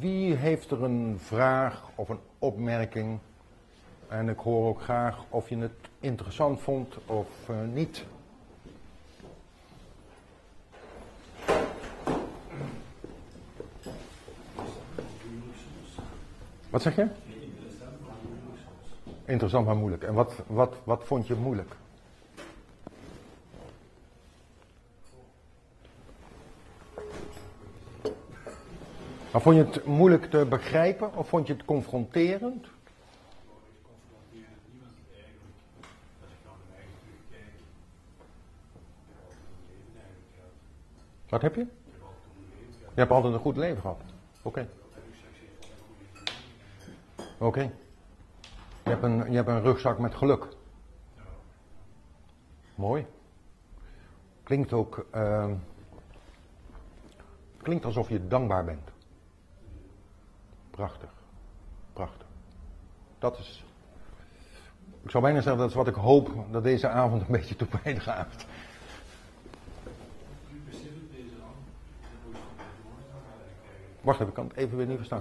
Wie heeft er een vraag of een opmerking? En ik hoor ook graag of je het interessant vond of niet. Wat zeg je? Interessant maar moeilijk. En wat vond je moeilijk? Maar vond je het moeilijk te begrijpen of vond je het confronterend? Wat heb je? Je hebt altijd een goed leven gehad. Oké. Oké. Je hebt een rugzak met geluk. Mooi. Klinkt ook... klinkt alsof je dankbaar bent. Prachtig. Prachtig. Dat is... Ik zou bijna zeggen, dat is wat ik hoop dat deze avond een beetje toe bijdraagt. Wacht even, ik kan het even weer niet verstaan.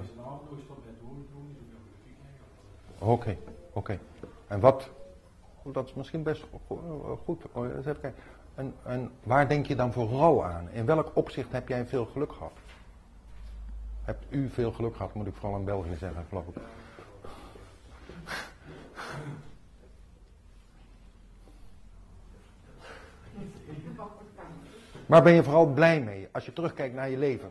Oké. En wat... Dat is misschien best goed. Eens even kijken. En waar denk je dan vooral aan? In welk opzicht heb jij veel geluk gehad? Hebt u veel geluk gehad, moet ik vooral in België zeggen, geloof ik. Waar ben je vooral blij mee als je terugkijkt naar je leven?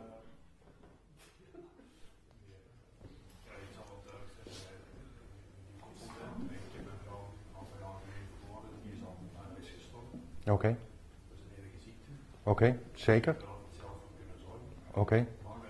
Oké, zeker. Oké.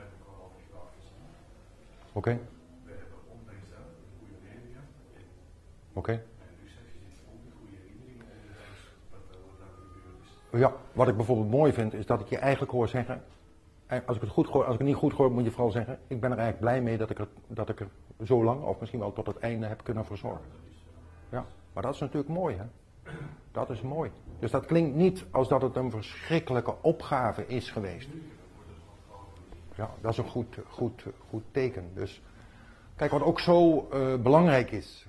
Ja, wat ik bijvoorbeeld mooi vind, is dat ik je eigenlijk hoor zeggen, als ik het goed hoor, als ik het niet goed hoor, moet je vooral zeggen, ik ben er eigenlijk blij mee dat ik er zo lang, of misschien wel tot het einde, heb kunnen verzorgen. Ja, maar dat is natuurlijk mooi, hè? Dat is mooi. Dus dat klinkt niet als dat het een verschrikkelijke opgave is geweest. Ja, dat is een goed teken. Dus kijk, wat ook zo belangrijk is.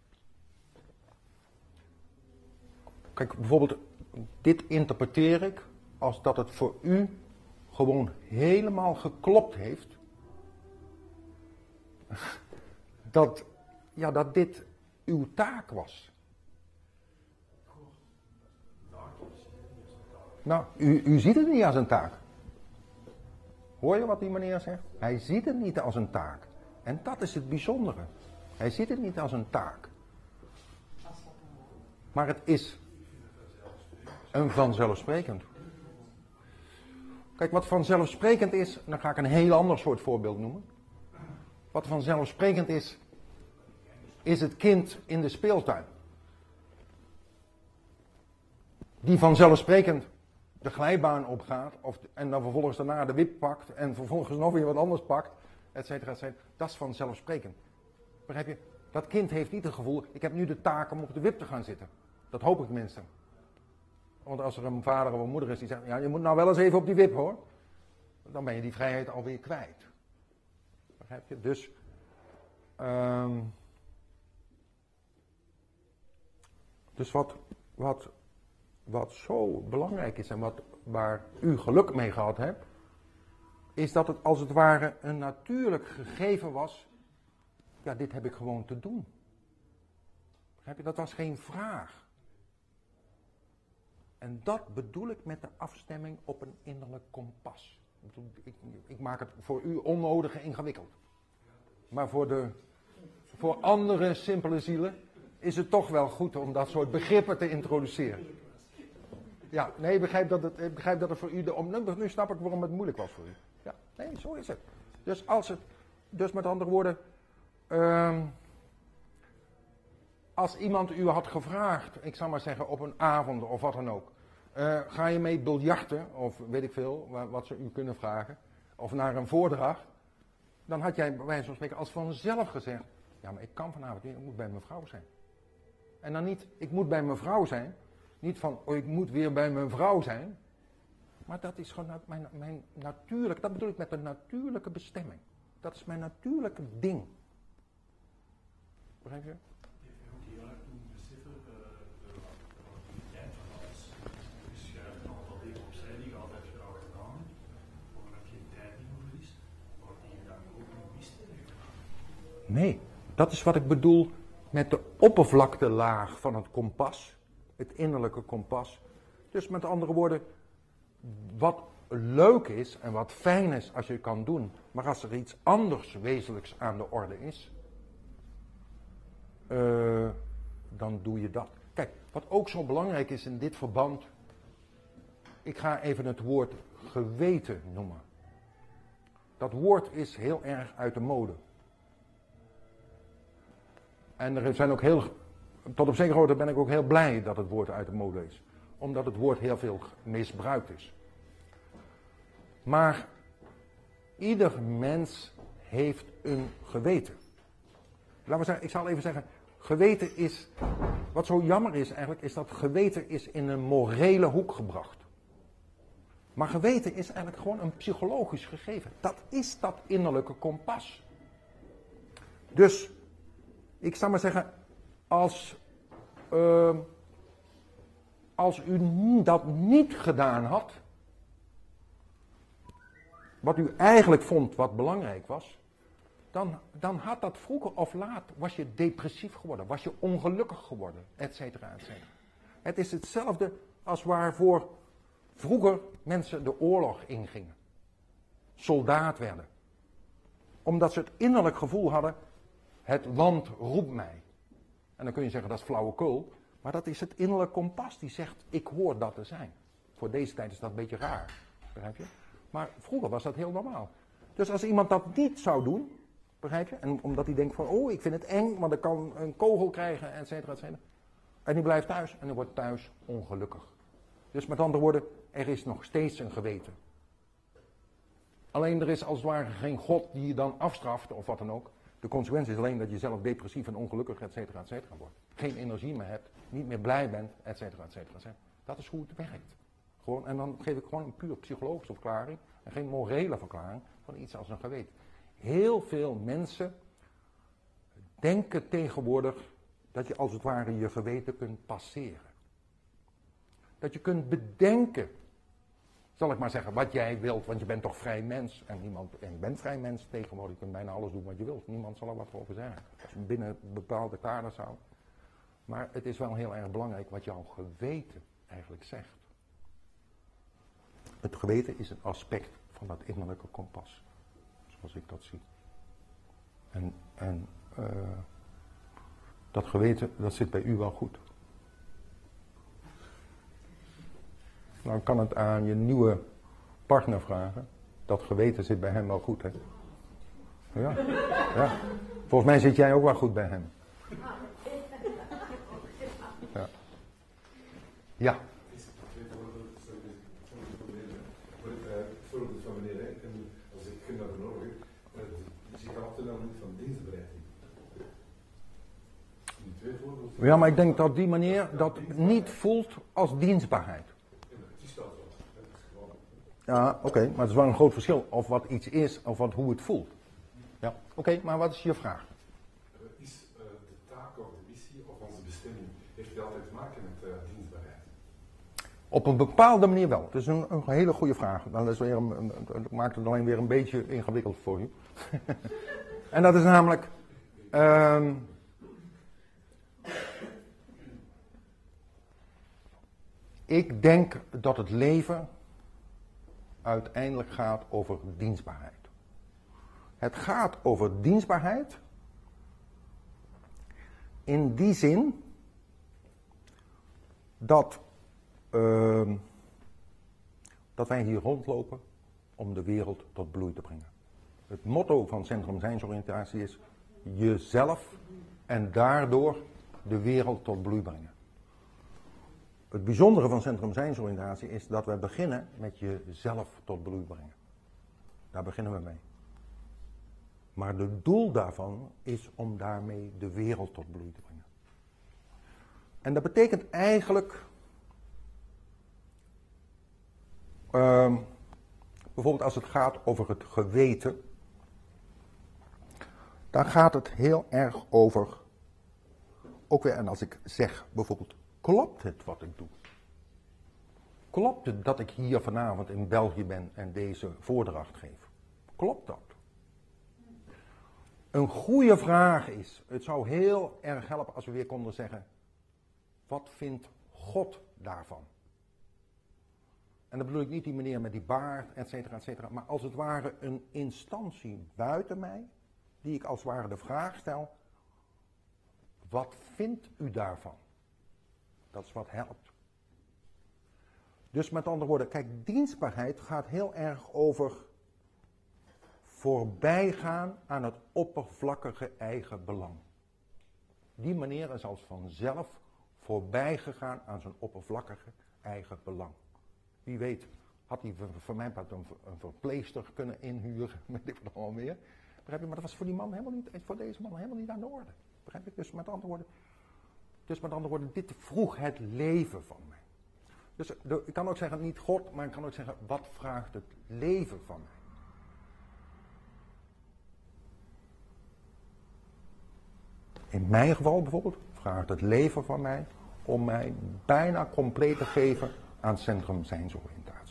Kijk, bijvoorbeeld, dit interpreteer ik als dat het voor u gewoon helemaal geklopt heeft. Dat dit uw taak was. Nou, u ziet het niet als een taak. Hoor je wat die meneer zegt? Hij ziet het niet als een taak. En dat is het bijzondere. Hij ziet het niet als een taak. Maar het is een vanzelfsprekend. Kijk, wat vanzelfsprekend is, dan ga ik een heel ander soort voorbeeld noemen. Wat vanzelfsprekend is het kind in de speeltuin. Die vanzelfsprekend de glijbaan opgaat en dan vervolgens daarna de wip pakt en vervolgens nog weer wat anders pakt, et cetera, et cetera. Dat is vanzelfsprekend. Begrijp je? Dat kind heeft niet het gevoel, ik heb nu de taak om op de wip te gaan zitten. Dat hoop ik tenminste. Want als er een vader of een moeder is die zegt, ja, je moet nou wel eens even op die wip hoor. Dan ben je die vrijheid alweer kwijt. Begrijp je? Dus wat zo belangrijk is en waar u geluk mee gehad hebt, is dat het als het ware een natuurlijk gegeven was, ja, dit heb ik gewoon te doen. Begrijp je? Dat was geen vraag. En dat bedoel ik met de afstemming op een innerlijk kompas. Ik maak het voor u onnodig ingewikkeld. Maar voor andere simpele zielen is het toch wel goed om dat soort begrippen te introduceren. Ja, nee, ik begrijp dat het voor u... Nu snap ik waarom het moeilijk was voor u. Ja, nee, zo is het. Dus met andere woorden... als iemand u had gevraagd, ik zal maar zeggen op een avond of wat dan ook... ga je mee biljarten, of weet ik veel, wat ze u kunnen vragen... of naar een voordracht... dan had jij bij wijze van spreken als vanzelf gezegd... ja, maar ik kan vanavond niet, ik moet bij mijn vrouw zijn. En dan niet, ik moet bij mijn vrouw zijn... Niet van, oh, ik moet weer bij mijn vrouw zijn. Maar dat is gewoon mijn natuurlijk, dat bedoel ik met een natuurlijke bestemming. Dat is mijn natuurlijke ding. Begrijp je? Je moet heel erg doen beseffen de relativiteit van alles. Dus je hebt een aantal dingen opzij die je altijd graag gedaan hebt, waar je geen tijd meer verliest, maar die je dan ook niet mist. Nee, dat is wat ik bedoel met de oppervlaktelaag van het kompas. Het innerlijke kompas. Dus met andere woorden, wat leuk is en wat fijn is als je het kan doen. Maar als er iets anders wezenlijks aan de orde is, dan doe je dat. Kijk, wat ook zo belangrijk is in dit verband. Ik ga even het woord geweten noemen. Dat woord is heel erg uit de mode. En er zijn ook tot op zekere hoogte ben ik ook heel blij dat het woord uit de mode is. Omdat het woord heel veel misbruikt is. Maar ieder mens heeft een geweten. Laten we zeggen, ik zal even zeggen, geweten is, wat zo jammer is eigenlijk, is dat geweten is in een morele hoek gebracht. Maar geweten is eigenlijk gewoon een psychologisch gegeven. Dat is dat innerlijke kompas. Dus, ik zal maar zeggen, als u dat niet gedaan had, wat u eigenlijk vond wat belangrijk was, dan had dat vroeger of laat, was je depressief geworden, was je ongelukkig geworden, et cetera, et cetera. Het is hetzelfde als waarvoor vroeger mensen de oorlog ingingen. Soldaat werden. Omdat ze het innerlijk gevoel hadden, het land roept mij. En dan kun je zeggen dat is flauwekul, maar dat is het innerlijk kompas die zegt, ik hoor dat te zijn. Voor deze tijd is dat een beetje raar, begrijp je? Maar vroeger was dat heel normaal. Dus als iemand dat niet zou doen, begrijp je? En omdat hij denkt van, oh ik vind het eng, want ik kan een kogel krijgen, et cetera, et cetera. En die blijft thuis en die wordt thuis ongelukkig. Dus met andere woorden, er is nog steeds een geweten. Alleen er is als het ware geen God die je dan afstraft of wat dan ook. De consequentie is alleen dat je zelf depressief en ongelukkig, et cetera, wordt. Geen energie meer hebt, niet meer blij bent, et cetera, et cetera, et cetera. Dat is hoe het werkt. Gewoon, en dan geef ik gewoon een puur psychologische verklaring en geen morele verklaring van iets als een geweten. Heel veel mensen denken tegenwoordig dat je als het ware je geweten kunt passeren. Dat je kunt bedenken, zal ik maar zeggen, wat jij wilt, want je bent toch vrij mens. En je bent vrij mens tegenwoordig, je kunt bijna alles doen wat je wilt. Niemand zal er wat over zeggen. Als je binnen bepaalde kaders houdt. Maar het is wel heel erg belangrijk wat jouw geweten eigenlijk zegt. Het geweten is een aspect van dat innerlijke kompas. Zoals ik dat zie. En dat geweten, dat zit bij u wel goed. Nou kan het aan je nieuwe partner vragen. Dat geweten zit bij hem wel goed, hè? Ja. Ja. Volgens mij zit jij ook wel goed bij hem. Ja. Ja. Voorbeeld van meneer Rijk, en als ik ging naar de Noorwegen, dus ik had dan niet van dienstbereiding. Die twee voorbeelden. Ja, maar ik denk dat die meneer dat niet voelt als dienstbaarheid. Ja, oké, maar het is wel een groot verschil of wat iets is of hoe het voelt. Ja, oké, maar wat is je vraag? Is de taak of de missie of onze bestemming, heeft die altijd te maken met dienstbaarheid? Op een bepaalde manier wel. Het is een hele goede vraag. Dat is weer dat maakt het alleen weer een beetje ingewikkeld voor u. En dat is namelijk... ik denk dat het leven uiteindelijk gaat over dienstbaarheid. Het gaat over dienstbaarheid in die zin dat wij hier rondlopen om de wereld tot bloei te brengen. Het motto van Centrum Zijnsoriëntatie is jezelf en daardoor de wereld tot bloei brengen. Het bijzondere van Centrum Zijnsoriëntatie is dat we beginnen met jezelf tot bloei brengen. Daar beginnen we mee. Maar het doel daarvan is om daarmee de wereld tot bloei te brengen. En dat betekent eigenlijk... bijvoorbeeld als het gaat over het geweten. dan gaat het heel erg over, ook weer, en als ik zeg bijvoorbeeld, klopt het wat ik doe? Klopt het dat ik hier vanavond in België ben en deze voordracht geef? Klopt dat? Een goede vraag is, het zou heel erg helpen als we weer konden zeggen, wat vindt God daarvan? En dan bedoel ik niet die meneer met die baard, et cetera, maar als het ware een instantie buiten mij, die ik als het ware de vraag stel, wat vindt u daarvan? Dat is wat helpt. Dus met andere woorden, kijk, dienstbaarheid gaat heel erg over voorbijgaan aan het oppervlakkige eigen belang. Die meneer is als vanzelf voorbij gegaan aan zijn oppervlakkige eigen belang. Wie weet had hij voor mijn part een verpleegster kunnen inhuren, weet ik wat allemaal meer. Begrijp je? Maar dat was voor die man helemaal niet, voor deze man helemaal niet aan de orde. Begrijp je? Dus met andere woorden, dit vroeg het leven van mij. Dus ik kan ook zeggen, niet God, maar ik kan ook zeggen, wat vraagt het leven van mij? In mijn geval bijvoorbeeld vraagt het leven van mij om mij bijna compleet te geven aan centrum zijnsoriëntatie.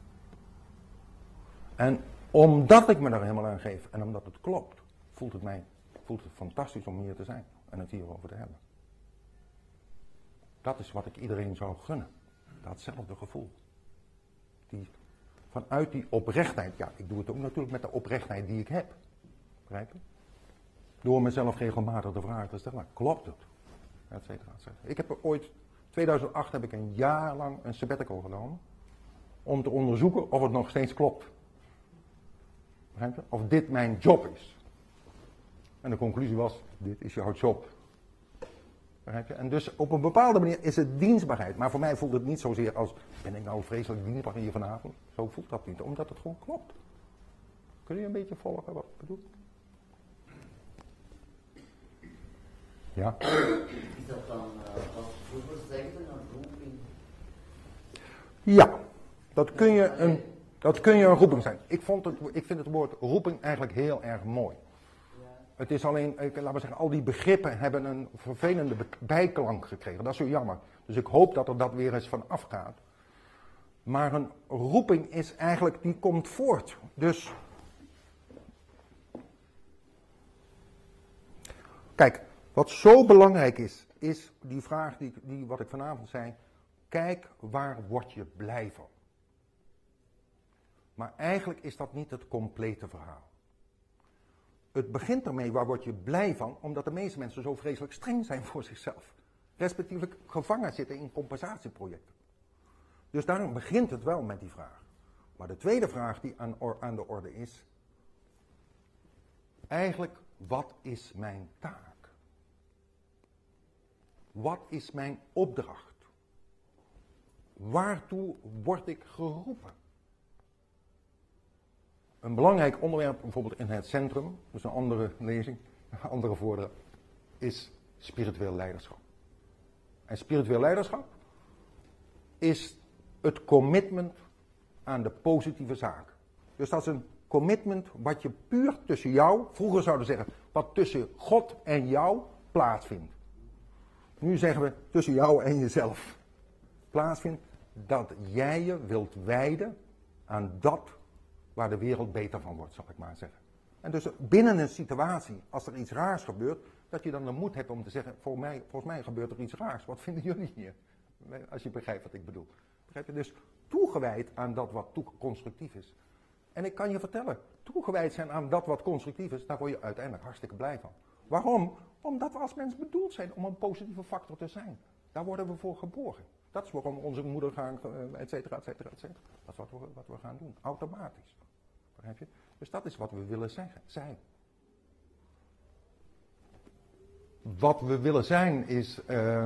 En omdat ik me daar helemaal aan geef en omdat het klopt, voelt het fantastisch om hier te zijn en het hierover te hebben. Dat is wat ik iedereen zou gunnen. Datzelfde gevoel. Vanuit die oprechtheid, ja, ik doe het ook natuurlijk met de oprechtheid die ik heb. Begrijp je? Door mezelf regelmatig de vraag te stellen, klopt het? Etcetera, etcetera. Ik heb ooit, 2008 heb ik een jaar lang een sabbatical genomen. Om te onderzoeken of het nog steeds klopt. Begrijp je? Of dit mijn job is. En de conclusie was, dit is jouw job. Begrijp je? En dus op een bepaalde manier is het dienstbaarheid. Maar voor mij voelt het niet zozeer als, ben ik nou vreselijk dienstbaar hier vanavond? Zo voelt dat niet, omdat het gewoon klopt. Kun je een beetje volgen wat ik bedoel? Ja. Is dat dan wat vroeger zegde, een roeping? Ja, dat kun je een roeping zijn. Ik vind het woord roeping eigenlijk heel erg mooi. Ja. Het is alleen, laten we zeggen, al die begrippen hebben een vervelende bijklank gekregen. Dat is zo jammer. Dus ik hoop dat er dat weer eens van afgaat. Maar een roeping is eigenlijk, die komt voort. Dus, kijk, wat zo belangrijk is die vraag die wat ik vanavond zei. Kijk, waar word je blij van? Maar eigenlijk is dat niet het complete verhaal. Het begint ermee, waar word je blij van? Omdat de meeste mensen zo vreselijk streng zijn voor zichzelf. Respectievelijk gevangen zitten in compensatieprojecten. Dus daarom begint het wel met die vraag. Maar de tweede vraag die aan de orde is. Eigenlijk, wat is mijn taak? Wat is mijn opdracht? Waartoe word ik geroepen? Een belangrijk onderwerp, bijvoorbeeld in het centrum, dus een andere lezing, een andere voordracht, is spiritueel leiderschap. En spiritueel leiderschap is het commitment aan de positieve zaak. Dus dat is een commitment wat je puur tussen jou, vroeger zouden we zeggen, wat tussen God en jou plaatsvindt. Nu zeggen we tussen jou en jezelf plaatsvindt, dat jij je wilt wijden aan dat waar de wereld beter van wordt, zal ik maar zeggen. En dus binnen een situatie, als er iets raars gebeurt, dat je dan de moed hebt om te zeggen, volgens mij gebeurt er iets raars, wat vinden jullie hier? Als je begrijpt wat ik bedoel. Begrijp je? Dus toegewijd aan dat wat constructief is. En ik kan je vertellen, toegewijd zijn aan dat wat constructief is, daar word je uiteindelijk hartstikke blij van. Waarom? Omdat we als mens bedoeld zijn om een positieve factor te zijn. Daar worden we voor geboren. Dat is waarom onze moeder gaan, et cetera, et cetera, et cetera. Dat is wat we gaan doen, automatisch. Begrijp je? Dus dat is wat we willen zijn. Wat we willen zijn is,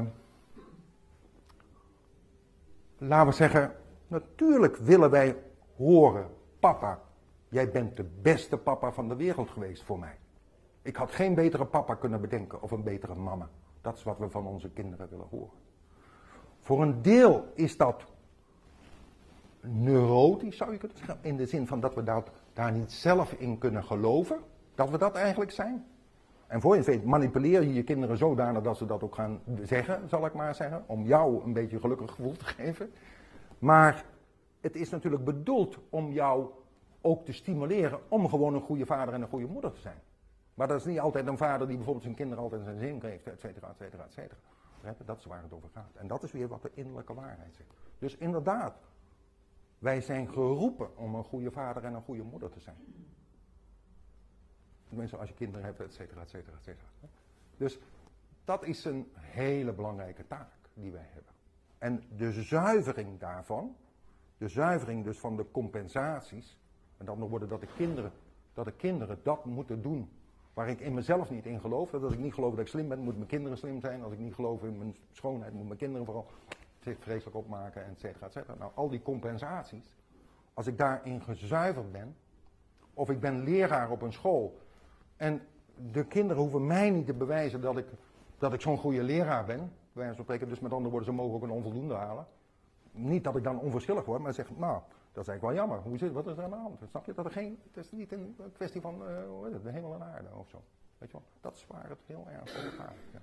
laten we zeggen, natuurlijk willen wij horen, papa, jij bent de beste papa van de wereld geweest voor mij. Ik had geen betere papa kunnen bedenken of een betere mama. Dat is wat we van onze kinderen willen horen. Voor een deel is dat neurotisch, zou je kunnen zeggen, in de zin van dat we daar niet zelf in kunnen geloven, dat we dat eigenlijk zijn. En voor je het weet manipuleer je je kinderen zodanig dat ze dat ook gaan zeggen, zal ik maar zeggen. Om jou een beetje een gelukkig gevoel te geven. Maar het is natuurlijk bedoeld om jou ook te stimuleren om gewoon een goede vader en een goede moeder te zijn. Maar dat is niet altijd een vader die bijvoorbeeld zijn kinderen altijd zijn zin geeft, et cetera, et cetera, et cetera. Dat is waar het over gaat. En dat is weer wat de innerlijke waarheid zegt. Dus inderdaad, wij zijn geroepen om een goede vader en een goede moeder te zijn. Tenminste, als je kinderen hebt, et cetera, et cetera, et cetera. Dus dat is een hele belangrijke taak die wij hebben. En de zuivering daarvan, de zuivering dus van de compensaties, en dan nog worden dat de kinderen dat moeten doen, waar ik in mezelf niet in geloof. Dat als ik niet geloof dat ik slim ben, moeten mijn kinderen slim zijn. Als ik niet geloof in mijn schoonheid, moeten mijn kinderen vooral zich vreselijk opmaken, et cetera, et cetera. Nou, al die compensaties, als ik daarin gezuiverd ben, of ik ben leraar op een school, en de kinderen hoeven mij niet te bewijzen dat ik zo'n goede leraar ben, bij wijze van spreken, dus met andere woorden, ze mogen ook een onvoldoende halen. Niet dat ik dan onverschillig word, maar zeg, nou, dat is eigenlijk wel jammer. Hoe zit het? Wat is er aan de hand? Snap je? Het is niet een kwestie van, hoe is het, de hemel en aarde of zo. Weet je wel? Dat is waar het heel erg over gaat. Ja,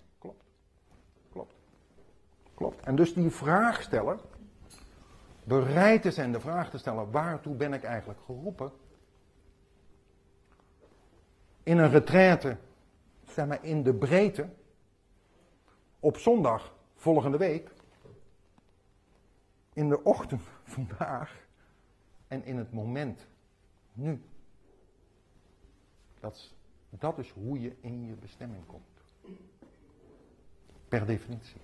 klopt. En dus die vraagsteller, bereid te zijn de vraag te stellen, waartoe ben ik eigenlijk geroepen? In een retraite, zeg maar in de breedte, op zondag volgende week, in de ochtend vandaag en in het moment nu. Dat is hoe je in je bestemming komt. Per definitie.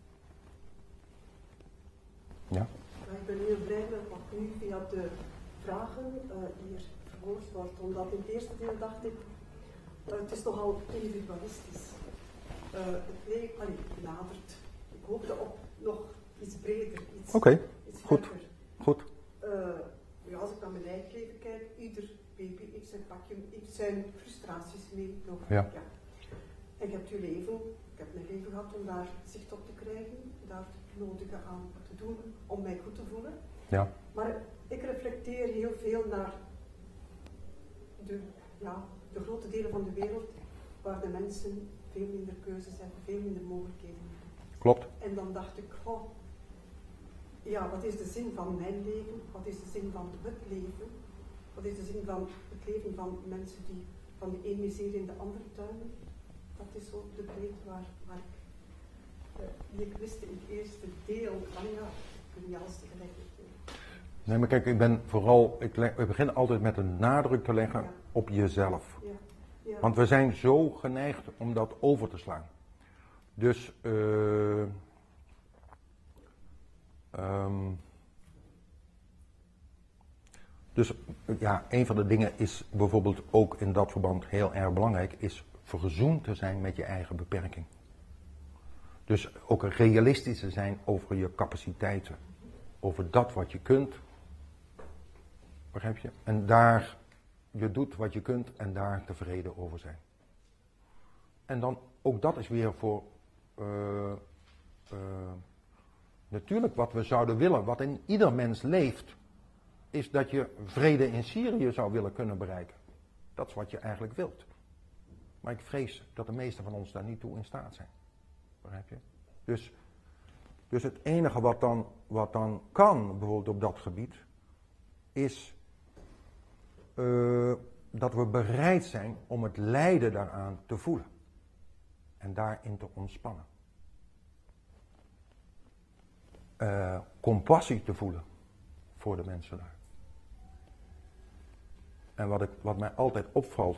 Ja? Ik ben heel blij met wat nu via de vragen hier verwoord wordt, omdat in het eerste deel dacht ik, het is nogal individualistisch. Het nadert. Ik hoopte op nog iets breder, iets goed. Als ik naar mijn eigen leven kijk, ieder baby heeft zijn pakje, heeft zijn frustraties mee. Ja. En je hebt je leven, ik heb mijn leven gehad om daar zicht op te krijgen, daar het nodige aan te doen om mij goed te voelen. Ja. Maar ik reflecteer heel veel naar de grote delen van de wereld waar de mensen veel minder keuzes hebben, veel minder mogelijkheden hebben. Klopt. En dan dacht ik, wat is de zin van mijn leven? Wat is de zin van het leven? Wat is de zin van het leven van mensen die van de ene miserie in de andere tuinen? Dat is zo de breedte waar ik wist in het eerste deel van ik kun niet alles tegelijkertijd doen. Nee, maar kijk, ik begin altijd met een nadruk te leggen op jezelf. Ja. Want we zijn zo geneigd om dat over te slaan. Dus, een van de dingen is bijvoorbeeld ook in dat verband heel erg belangrijk, is verzoend te zijn met je eigen beperking. Dus ook realistisch te zijn over je capaciteiten, over dat wat je kunt, begrijp je? En daar, je doet wat je kunt en daar tevreden over zijn. En dan, ook dat is weer voor, natuurlijk wat we zouden willen, wat in ieder mens leeft, is dat je vrede in Syrië zou willen kunnen bereiken. Dat is wat je eigenlijk wilt. Maar ik vrees dat de meesten van ons daar niet toe in staat zijn. Begrijp je? Dus het enige wat dan kan, bijvoorbeeld op dat gebied, is dat we bereid zijn om het lijden daaraan te voelen. En daarin te ontspannen. Compassie te voelen voor de mensen daar. En wat mij altijd opvalt,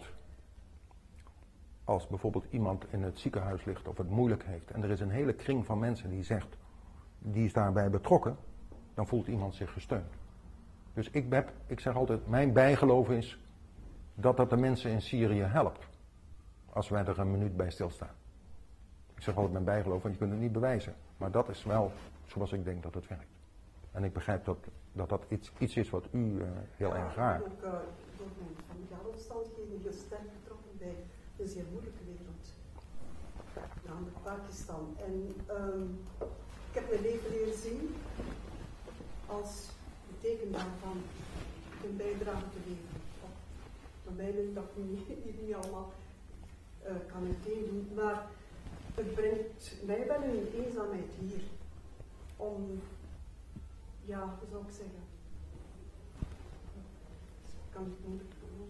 als bijvoorbeeld iemand in het ziekenhuis ligt of het moeilijk heeft, en er is een hele kring van mensen die zegt, die is daarbij betrokken, dan voelt iemand zich gesteund. Dus ik zeg altijd, mijn bijgeloof is dat de mensen in Syrië helpt, als wij er een minuut bij stilstaan. Ik zeg altijd mijn bijgeloof, want je kunt het niet bewijzen. Maar dat is wel zoals ik denk dat het werkt. En ik begrijp dat iets is wat u heel erg raakt. Ik ben ook door mijn familiale omstandigheden heel sterk betrokken bij een zeer moeilijke wereld. Namelijk Pakistan. En ik heb mijn leven leren zien als teken daarvan een bijdrage te leveren. Voor mij lukt dat niet allemaal. kan meteen doen. Maar het brengt mij wel in een eenzaamheid hier. Om, ja, hoe zou ik zeggen? Ik kan het moeilijk doen.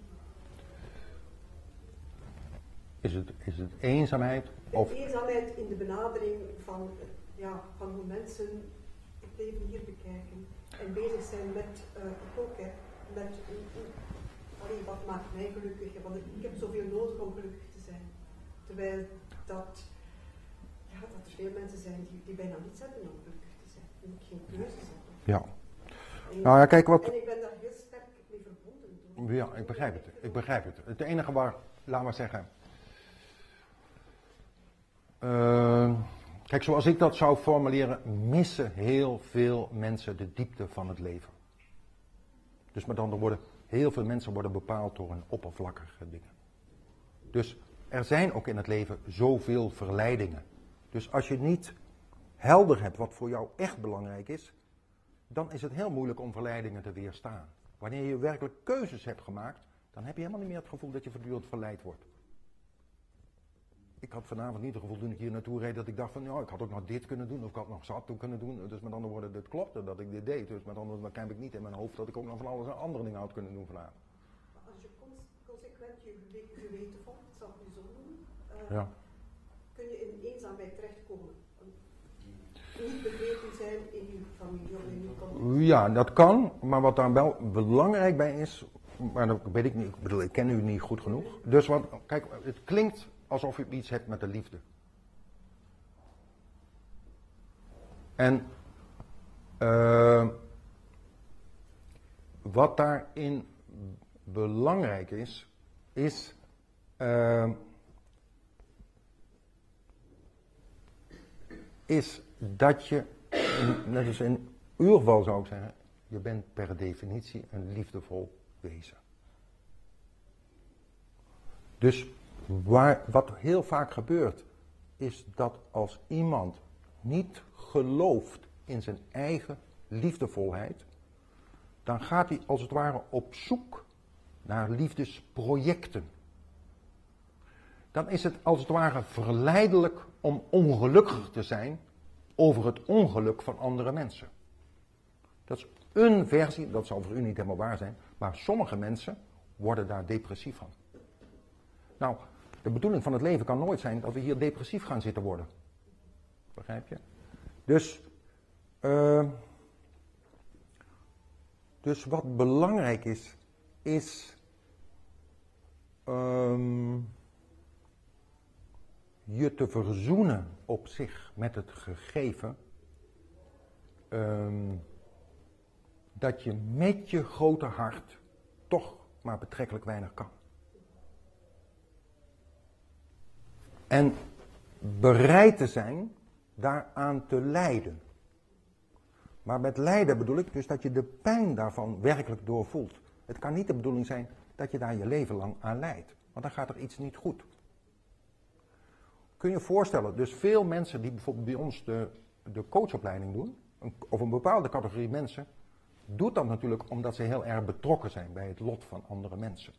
Is het eenzaamheid? Of? Eenzaamheid in de benadering van, van hoe mensen het leven hier bekijken. En bezig zijn met, ik ook, hè, met wat maakt mij gelukkig? Want ik heb zoveel nodig om gelukkig te zijn. Terwijl dat er veel mensen zijn die bijna niets hebben om gelukkig te zijn. Die ook geen keuzes hebben. Ja. En, Nou ja, kijk wat. En ik ben daar heel sterk mee verbonden. Ja, ik begrijp het. Het enige waar, laat maar zeggen. Kijk, zoals ik dat zou formuleren, missen heel veel mensen de diepte van het leven. Dus met andere woorden, heel veel mensen worden bepaald door hun oppervlakkige dingen. Dus er zijn ook in het leven zoveel verleidingen. Dus als je niet helder hebt wat voor jou echt belangrijk is, dan is het heel moeilijk om verleidingen te weerstaan. Wanneer je werkelijk keuzes hebt gemaakt, dan heb je helemaal niet meer het gevoel dat je voortdurend verleid wordt. Ik had vanavond niet het gevoel toen ik hier naartoe reed dat ik dacht van, ja, ik had ook nog dit kunnen doen of ik had nog dat kunnen doen. Dus met andere woorden, het klopte dat ik dit deed. Dus met andere woorden, dan heb ik niet in mijn hoofd dat ik ook nog van alles en andere dingen had kunnen doen vanavond. Als je consequent je geweten volgt, zal ik het zo noemen, Ja. kun je in eenzaamheid terechtkomen. Niet begrepen zijn in je familie of in je community. Ja, dat kan, maar wat daar wel belangrijk bij is, maar dat weet ik niet, ik bedoel, ik ken u niet goed genoeg. Dus wat, kijk, het klinkt alsof je iets hebt met de liefde. En wat daarin belangrijk is dat je, net als in uw geval zou ik zeggen, je bent per definitie een liefdevol wezen. Dus wat heel vaak gebeurt, is dat als iemand niet gelooft in zijn eigen liefdevolheid, dan gaat hij als het ware op zoek naar liefdesprojecten. Dan is het als het ware verleidelijk om ongelukkig te zijn over het ongeluk van andere mensen. Dat is een versie, dat zal voor u niet helemaal waar zijn, maar sommige mensen worden daar depressief van. Nou, de bedoeling van het leven kan nooit zijn dat we hier depressief gaan zitten worden. Begrijp je? Dus wat belangrijk is je te verzoenen op zich met het gegeven dat je met je grote hart toch maar betrekkelijk weinig kan. En bereid te zijn daaraan te lijden. Maar met lijden bedoel ik dus dat je de pijn daarvan werkelijk doorvoelt. Het kan niet de bedoeling zijn dat je daar je leven lang aan lijdt. Want dan gaat er iets niet goed. Kun je je voorstellen, dus veel mensen die bijvoorbeeld bij ons de coachopleiding doen, of een bepaalde categorie mensen, doet dat natuurlijk omdat ze heel erg betrokken zijn bij het lot van andere mensen.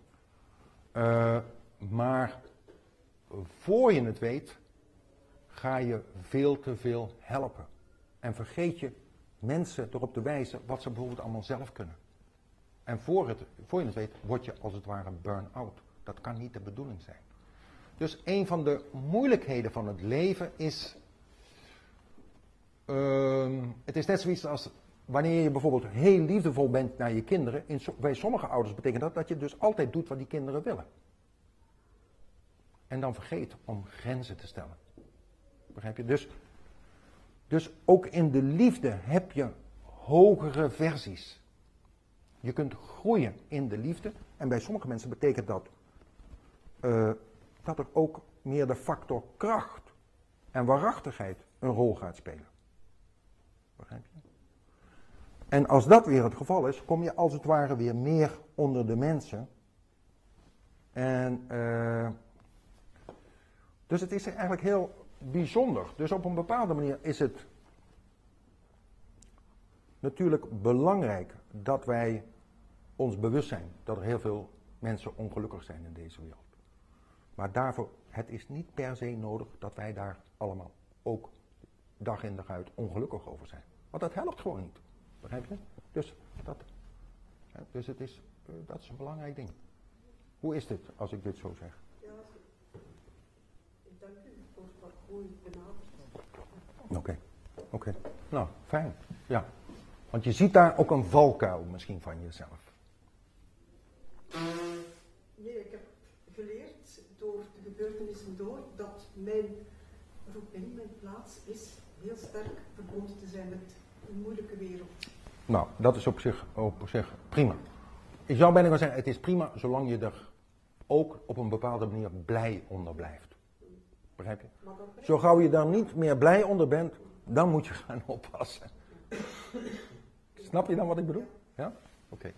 Maar voor je het weet, ga je veel te veel helpen. En vergeet je mensen erop te wijzen wat ze bijvoorbeeld allemaal zelf kunnen. En voor je het weet, word je als het ware burn-out. Dat kan niet de bedoeling zijn. Dus een van de moeilijkheden van het leven is, het is net zoiets als wanneer je bijvoorbeeld heel liefdevol bent naar je kinderen. Bij sommige ouders betekent dat je dus altijd doet wat die kinderen willen. En dan vergeet om grenzen te stellen. Begrijp je? Dus ook in de liefde heb je hogere versies. Je kunt groeien in de liefde. En bij sommige mensen betekent dat dat er ook meer de factor kracht en waarachtigheid een rol gaat spelen. Begrijp je? En als dat weer het geval is, kom je als het ware weer meer onder de mensen. En dus het is eigenlijk heel bijzonder. Dus op een bepaalde manier is het natuurlijk belangrijk dat wij ons bewust zijn dat er heel veel mensen ongelukkig zijn in deze wereld. Maar daarvoor, het is niet per se nodig dat wij daar allemaal ook dag in dag uit ongelukkig over zijn. Want dat helpt gewoon niet. Begrijp je? Dus het is, dat is een belangrijk ding. Hoe is dit als ik dit zo zeg? Ja, ik dank u voor wat goed benaderd. Oké. Nou, fijn. Ja. Want je ziet daar ook een valkuil misschien van jezelf. Nee, ik heb geleerd door de gebeurtenissen door dat mijn roeping, mijn plaats is heel sterk verbonden te zijn met een moeilijke wereld. Nou, dat is op zich prima. Ik zou bijna wel zeggen, het is prima zolang je er ook op een bepaalde manier blij onder blijft. Begrijp je? Zo gauw je daar niet meer blij onder bent, dan moet je gaan oppassen. Snap je dan wat ik bedoel? Ja? Oké.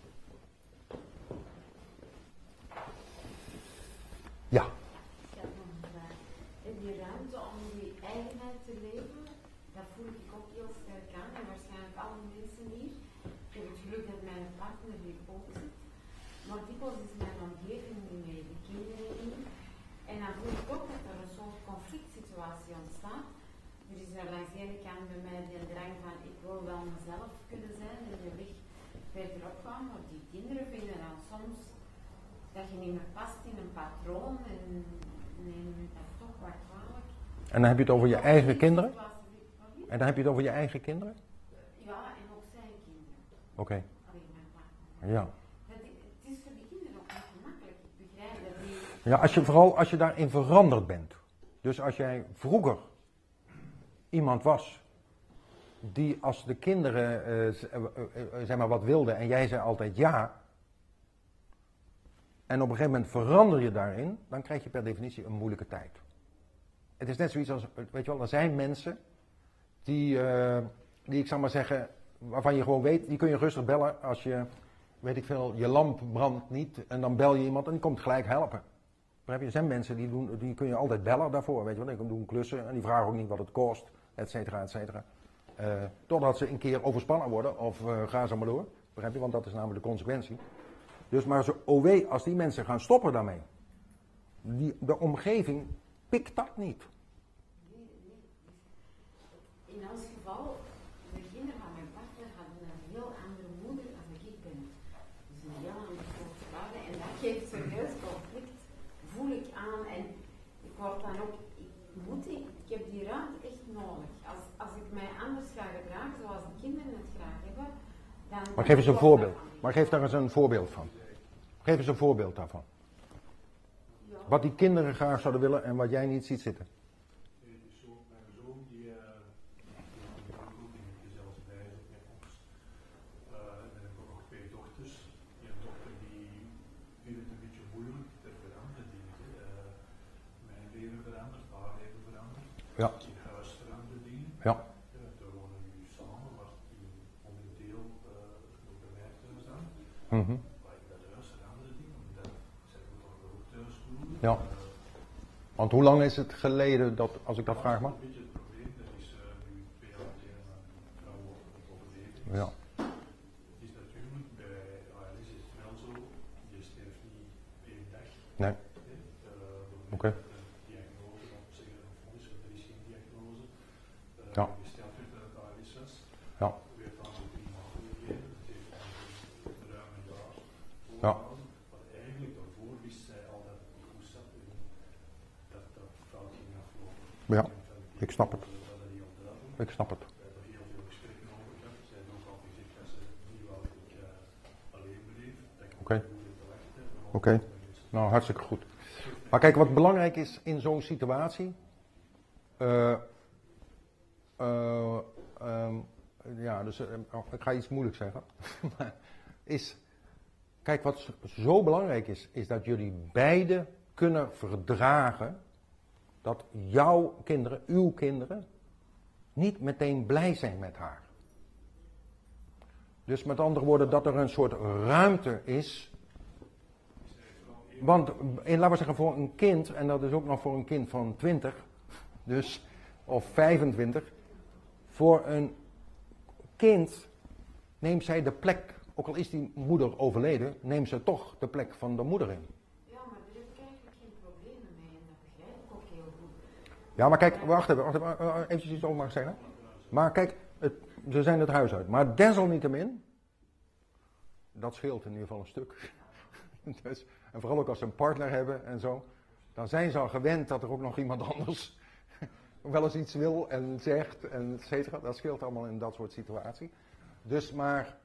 Ja. Ik heb nog een vraag. En die ruimte om die eigenheid te leven, dat voel ik ook heel sterk aan. En waarschijnlijk alle mensen hier. Ik heb het geluk dat mijn partner hier ook zit. Maar dikwijls is mijn omgeving niet mee, de kinderen niet. En dan voel ik ook dat er een soort conflict situatie ontstaat. Er is er langs de ene kant bij mij de drang van ik wil wel mezelf kunnen zijn en de weg verderop gaan, maar die kinderen vinden dan soms dat je niet meer past in een patroon en nemen dat toch wat kwalijk. En dan heb je het over je eigen kinderen? En dan heb je het over je eigen kinderen? Ja, en ook zijn kinderen. Oké. Alleen mijn partner. Ja. Het is voor die kinderen ook niet gemakkelijk. Ik begrijp dat die... Ja, vooral als je daarin veranderd bent. Dus als jij vroeger iemand was die als de kinderen zeg maar wat wilden en jij zei altijd ja. En op een gegeven moment verander je daarin, dan krijg je per definitie een moeilijke tijd. Het is net zoiets als, weet je wel, er zijn mensen die ik zou maar zeggen, waarvan je gewoon weet, die kun je rustig bellen als je, weet ik veel, je lamp brandt niet en dan bel je iemand en die komt gelijk helpen. Er zijn mensen die kun je altijd bellen daarvoor, weet je wel, die doen klussen en die vragen ook niet wat het kost, et cetera, et cetera. Totdat ze een keer overspannen worden of ga zo maar door, begrijp je, want dat is namelijk de consequentie. Dus maar zo, als die mensen gaan stoppen daarmee, de omgeving pikt dat niet. In ons geval, de kinderen van mijn partner hadden een heel andere moeder dan ik ben. Dus een heel andere soort vader. En dat geeft serieus conflict, voel ik aan. En ik word dan ook, ik heb die ruimte echt nodig. Als ik mij anders ga gedragen, zoals de kinderen het graag hebben, dan... Maar geef eens een voorbeeld. Maar geef daar eens een voorbeeld van. Geef eens een voorbeeld daarvan. Ja. Wat die kinderen graag zouden willen en wat jij niet ziet zitten. Dus zo, mijn zoon die ook in zelfs bij met ons. En dan heb ik ook nog twee dochters. Die een dochter die vindt het een beetje moeilijk, er veranderen dingen. Mijn leven verandert, haar leven verandert. Ja. In huis veranderen dingen. Ja. We wonen nu samen, maar die momenteel ook bij mij thuis dan. Mhm. Maar in dat huis veranderen dingen, omdat zij moet dan ook thuis doen. Ja. Want hoe lang is het geleden dat, als ik dat vraag mag? Een beetje het probleem, dat is nu 2 jaar geleden aan een vrouw overleden. Ja. Het is natuurlijk bij ALS is het wel zo, je sterft niet één dag. Nee. Oké. Een diagnose, of zeggen een vonnis, want er is geen diagnose. Ja. Je stelt weer dat het ALS was. Ja. Werd dan voor 3 maanden gegeven. Het heeft dan ruim een jaar Ja. volgehouden. Maar eigenlijk daarvoor wist zij al dat het niet goed zat en dat dat fout ging aflopen. Ja, ik snap het. Dat het niet opdraden. Ik snap het. We hebben heel veel gesprekken over gehad. Zij heeft ook altijd gezegd dat ze niet wou dat ik alleen bleef. Dat ik Oké. goed te wachten heb. Oké. Nou, hartstikke goed. Maar kijk, wat belangrijk is in zo'n situatie. Ja, dus ik ga iets moeilijks zeggen. Is, kijk, wat zo belangrijk is dat jullie beiden kunnen verdragen dat jouw kinderen, uw kinderen, niet meteen blij zijn met haar. Dus met andere woorden, dat er een soort ruimte is. Want, laten we zeggen, voor een kind, en dat is ook nog voor een kind van 20, dus, of 25, voor een kind neemt zij de plek, ook al is die moeder overleden, neemt ze toch de plek van de moeder in. Ja, maar daar heb ik eigenlijk geen problemen mee. Ja, maar kijk, wacht even, eventjes iets over mag zeggen. Maar kijk, ze zijn het huis uit. Maar desalniettemin, dat scheelt in ieder geval een stuk. Dus, en vooral ook als ze een partner hebben en zo, dan zijn ze al gewend dat er ook nog iemand anders wel eens iets wil en zegt en et cetera. Dat scheelt allemaal in dat soort situaties. Dus maar,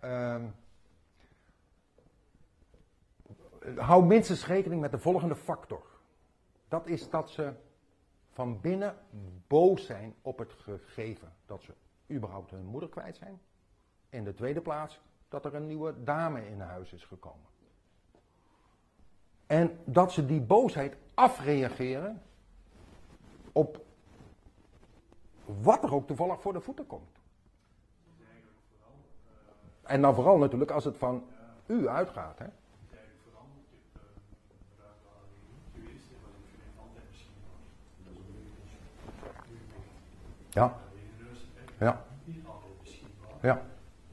hou minstens rekening met de volgende factor. Dat is dat ze van binnen boos zijn op het gegeven dat ze überhaupt hun moeder kwijt zijn. In de tweede plaats dat er een nieuwe dame in huis is gekomen. En dat ze die boosheid afreageren op wat er ook toevallig voor de voeten komt. En dan vooral natuurlijk als het van u uitgaat. Hè? Ja. Ja. Ja.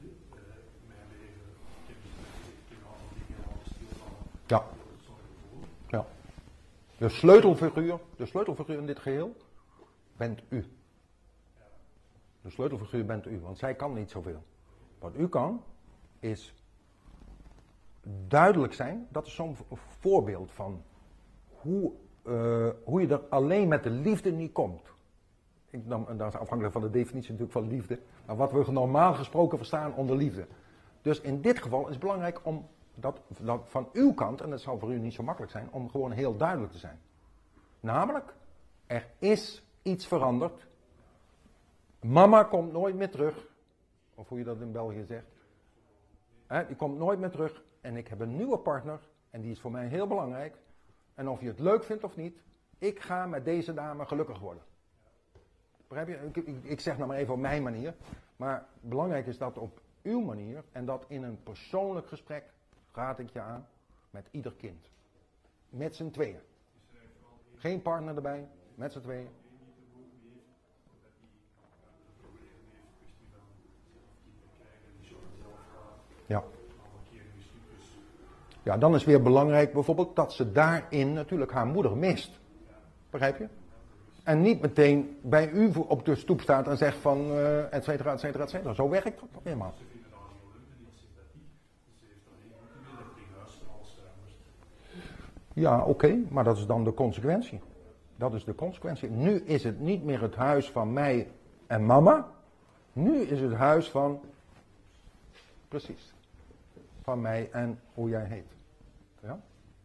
Ja. Ja. De sleutelfiguur in dit geheel bent u. De sleutelfiguur bent u, want zij kan niet zoveel. Wat u kan, is duidelijk zijn, dat is zo'n voorbeeld van hoe je er alleen met de liefde niet komt. Dat is afhankelijk van de definitie natuurlijk van liefde, maar wat we normaal gesproken verstaan onder liefde. Dus in dit geval is het belangrijk om dat van uw kant, en dat zal voor u niet zo makkelijk zijn, om gewoon heel duidelijk te zijn. Namelijk, er is iets veranderd. Mama komt nooit meer terug. Of hoe je dat in België zegt. Die komt nooit meer terug. En ik heb een nieuwe partner. En die is voor mij heel belangrijk. En of je het leuk vindt of niet. Ik ga met deze dame gelukkig worden. Begrijp je? Ik zeg nou maar even op mijn manier. Maar belangrijk is dat op uw manier. En dat in een persoonlijk gesprek raad ik je aan. Met ieder kind. Met z'n tweeën. Geen partner erbij. Met z'n tweeën. Ja. Ja, dan is weer belangrijk bijvoorbeeld dat ze daarin natuurlijk haar moeder mist. Begrijp je? En niet meteen bij u op de stoep staat en zegt van et cetera, et cetera, et cetera. Zo werkt dat helemaal. Ja, oké, maar dat is dan de consequentie. Dat is de consequentie. Nu is het niet meer het huis van mij en mama. Nu is het huis van... Precies. Van mij en hoe jij heet. Ja?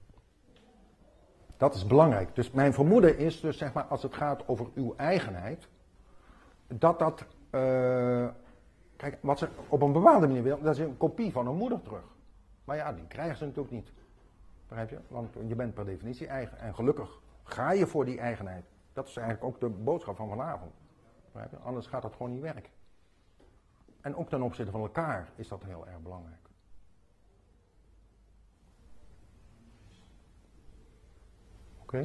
Dat is belangrijk. Dus mijn vermoeden is dus, zeg maar, als het gaat over uw eigenheid, dat kijk, wat ze op een bepaalde manier wil, dat is een kopie van een moeder terug. Maar ja, die krijgen ze natuurlijk niet. Begrijp je? Want je bent per definitie eigen. En gelukkig ga je voor die eigenheid. Dat is eigenlijk ook de boodschap van vanavond. Begrijp je? Anders gaat dat gewoon niet werken. En ook ten opzichte van elkaar is dat heel erg belangrijk. Oké?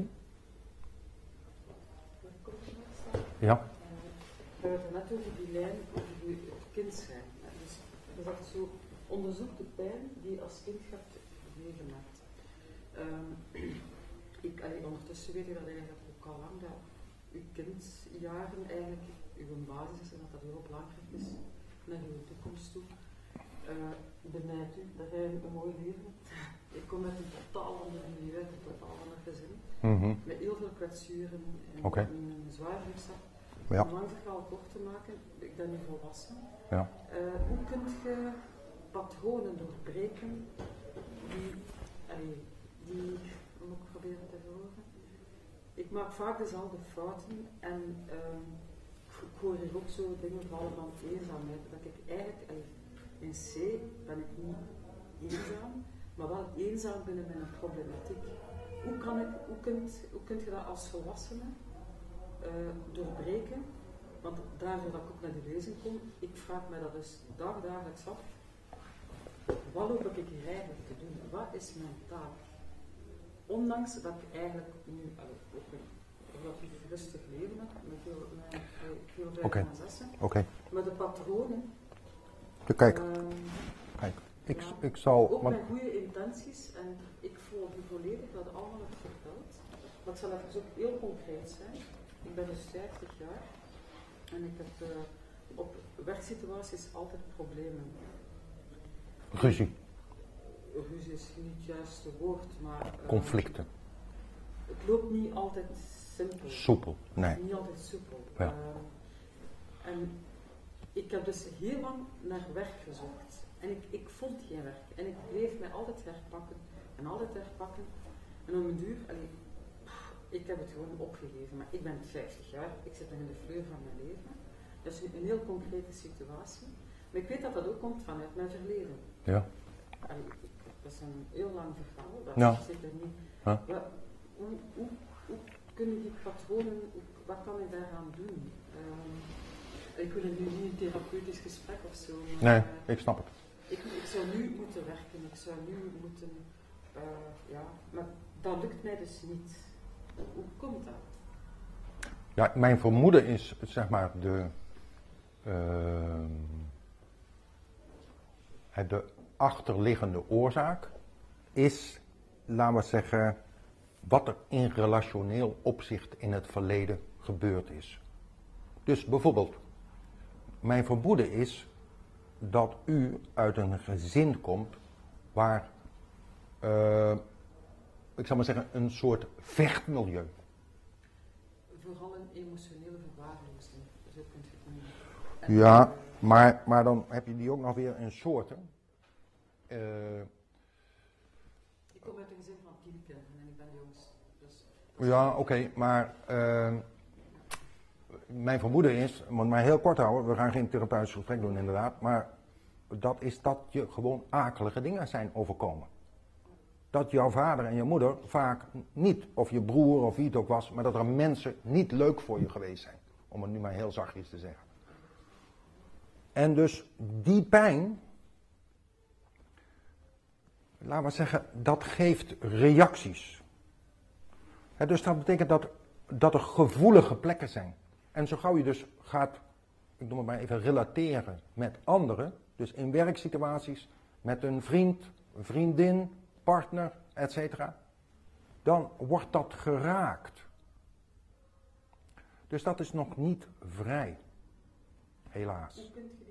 Ja? We hebben het net over die lijn, over het kind zijn. Dus je zegt zo, onderzoek de pijn die je als kind hebt meegemaakt. Ondertussen weet ik dat eigenlijk ook al lang, dat uw kindjaren eigenlijk uw basis is en dat dat heel belangrijk is naar uw toekomst toe. Benijd u dat jij een mooi leven hebt. Ik kom uit een totaal ander milieu, een totaal ander gezin. Met heel veel kwetsuren en een zwaar rugzak. Ja. Om lang verhaal kort te maken, ik ben nu volwassen. Ja. Hoe kun je patronen doorbreken die moet ik proberen te verhogen? Ik maak vaak dezelfde fouten en ik hoor hier ook zo dingen vallen van eenzaamheid. Dat ik eigenlijk, in C ben ik niet eenzaam, maar wel eenzaam binnen mijn problematiek. Hoe kun je dat als volwassene doorbreken? Want daardoor dat ik ook naar de lezing kom, ik vraag mij dat dus dagelijks af. Wat loop ik hier eigenlijk te doen? Wat is mijn taak? Ondanks dat ik eigenlijk nu ook een relatief rustig leven heb, met veel 5 en 6. Maar de patronen. Kijk, ik zal... Ook met goede intenties, en ik volg u volledig wat allemaal hebt verteld. Maar ik zal even ook heel concreet zijn. Ik ben dus 50 jaar en ik heb op werksituaties altijd problemen. Ruzie, Ruzie is niet het juiste woord, maar conflicten, het loopt niet altijd simpel. soepel. Nee. Niet altijd soepel. Ja. En ik heb dus heel lang naar werk gezocht. En ik vond geen werk. En ik bleef mij altijd herpakken. En altijd herpakken. En om een duur, ik heb het gewoon opgegeven. Maar ik ben 50 jaar. Ik zit nog in de fleur van mijn leven. Dat is een heel concrete situatie. Maar ik weet dat dat ook komt vanuit mijn verleden. Ja. Dat is een heel lang verhaal. Dat Ja. is zeker niet. Ja. Hoe kunnen die patronen, wat kan ik daaraan doen? Ik wil nu niet een therapeutisch gesprek of zo. Nee, ik snap het. Ik zou nu moeten werken, ik zou nu moeten, maar dat lukt mij dus niet. Hoe komt dat? Ja, mijn vermoeden is, zeg maar, de achterliggende oorzaak is, laten we zeggen, wat er in relationeel opzicht in het verleden gebeurd is. Dus bijvoorbeeld, mijn vermoeden is dat u uit een gezin komt waar, ik zal maar zeggen, een soort vechtmilieu. Vooral een emotionele verwaarlozing, zo kunt je het noemen. Ja, maar dan heb je die ook nog weer in soorten. Ik kom uit een gezin van 10 kinderen en ik ben de jongste. Dus Ja, oké, maar mijn vermoeden is, moet maar heel kort houden, we gaan geen therapeutisch gesprek doen inderdaad, maar dat is dat je gewoon akelige dingen zijn overkomen. Dat jouw vader en je moeder vaak niet, of je broer of wie het ook was, maar dat er mensen niet leuk voor je geweest zijn. Om het nu maar heel zachtjes te zeggen. En dus die pijn, laten we zeggen, dat geeft reacties. Dus dat betekent dat er gevoelige plekken zijn. En zo gauw je dus gaat, ik noem het maar even, relateren met anderen, dus in werksituaties, met een vriend, een vriendin, partner, etc., dan wordt dat geraakt. Dus dat is nog niet vrij, helaas. hoe kun je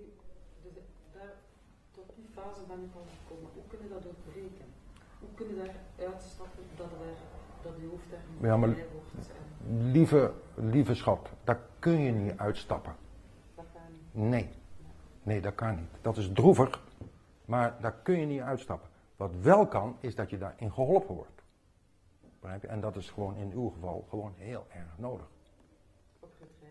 tot die fase ben ik al gekomen, hoe kun je dat doorbreken? Hoe kun je daar uitstappen dat je hoofd daar niet Ja, maar bij wordt? lieve schat, daar kun je niet uitstappen. Dat kan niet. Nee, dat kan niet. Dat is droevig, maar daar kun je niet uitstappen. Wat wel kan, is dat je daarin geholpen wordt. Begrijp je? En dat is gewoon in uw geval gewoon heel erg nodig. Op retreat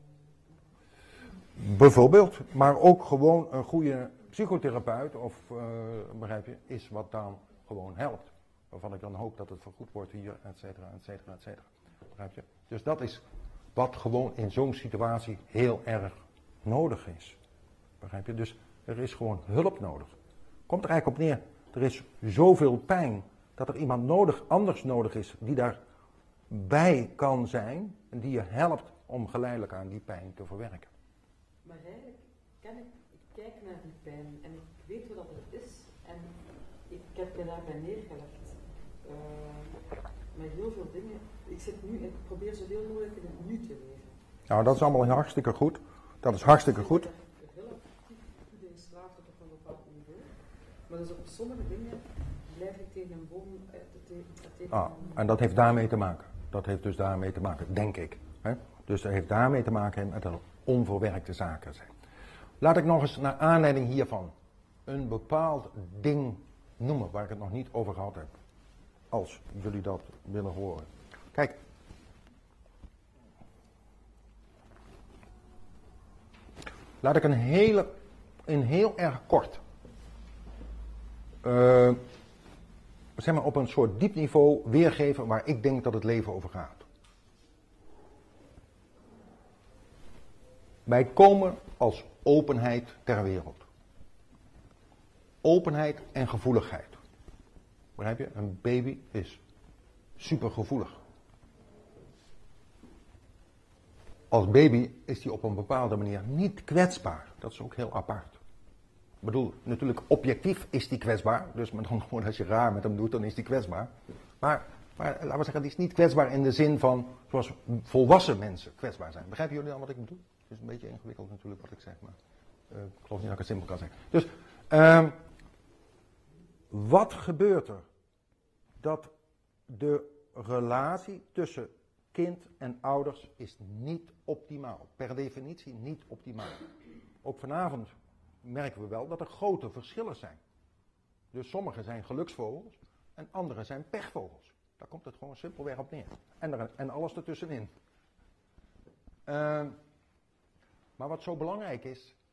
Bijvoorbeeld, maar ook gewoon een goede psychotherapeut, of begrijp je, is wat dan gewoon helpt. Waarvan ik dan hoop dat het vergoed wordt hier, et cetera, et cetera, et cetera. Begrijp je? Dus dat is wat gewoon in zo'n situatie heel erg nodig is. Begrijp je? Dus er is gewoon hulp nodig. Komt er eigenlijk op neer. Er is zoveel pijn dat er iemand anders nodig is die daarbij kan zijn en die je helpt om geleidelijk aan die pijn te verwerken. Maar eigenlijk ik kijk naar die pijn en ik weet wat het is en ik heb me daarbij neergelegd. Met heel veel dingen. Ik probeer zoveel mogelijk in het nu te leven. Nou, dat is allemaal hartstikke goed. Dat is hartstikke goed. Ik ben heel actief in slaag tot op een bepaald niveau. Maar dus op sommige dingen blijf ik tegen een boom En dat heeft daarmee te maken. Dat heeft dus daarmee te maken, denk ik. Hè? Dus dat heeft daarmee te maken met dat onverwerkte zaken zijn. Laat ik nog eens naar aanleiding hiervan een bepaald ding noemen waar ik het nog niet over gehad heb. Als jullie dat willen horen. Kijk. Laat ik een heel erg kort. Zeg maar op een soort diep niveau weergeven waar ik denk dat het leven over gaat. Wij komen als openheid ter wereld. Openheid en gevoeligheid. Begrijp je? Een baby is supergevoelig. Als baby is hij op een bepaalde manier niet kwetsbaar. Dat is ook heel apart. Ik bedoel, natuurlijk objectief is hij kwetsbaar. Dus met andere woorden, als je raar met hem doet, dan is hij kwetsbaar. Maar Maar laten we zeggen, die is niet kwetsbaar in de zin van zoals volwassen mensen kwetsbaar zijn. Begrijpen jullie dan wat ik bedoel? Het is een beetje ingewikkeld natuurlijk wat ik zeg, maar ik geloof niet dat ik het simpel kan zeggen. Dus, wat gebeurt er? Dat de relatie tussen kind en ouders is niet optimaal. Per definitie niet optimaal. Ook vanavond merken we wel dat er grote verschillen zijn. Dus sommigen zijn geluksvogels en anderen zijn pechvogels. Daar komt het gewoon simpelweg op neer. En alles ertussenin. Maar wat zo belangrijk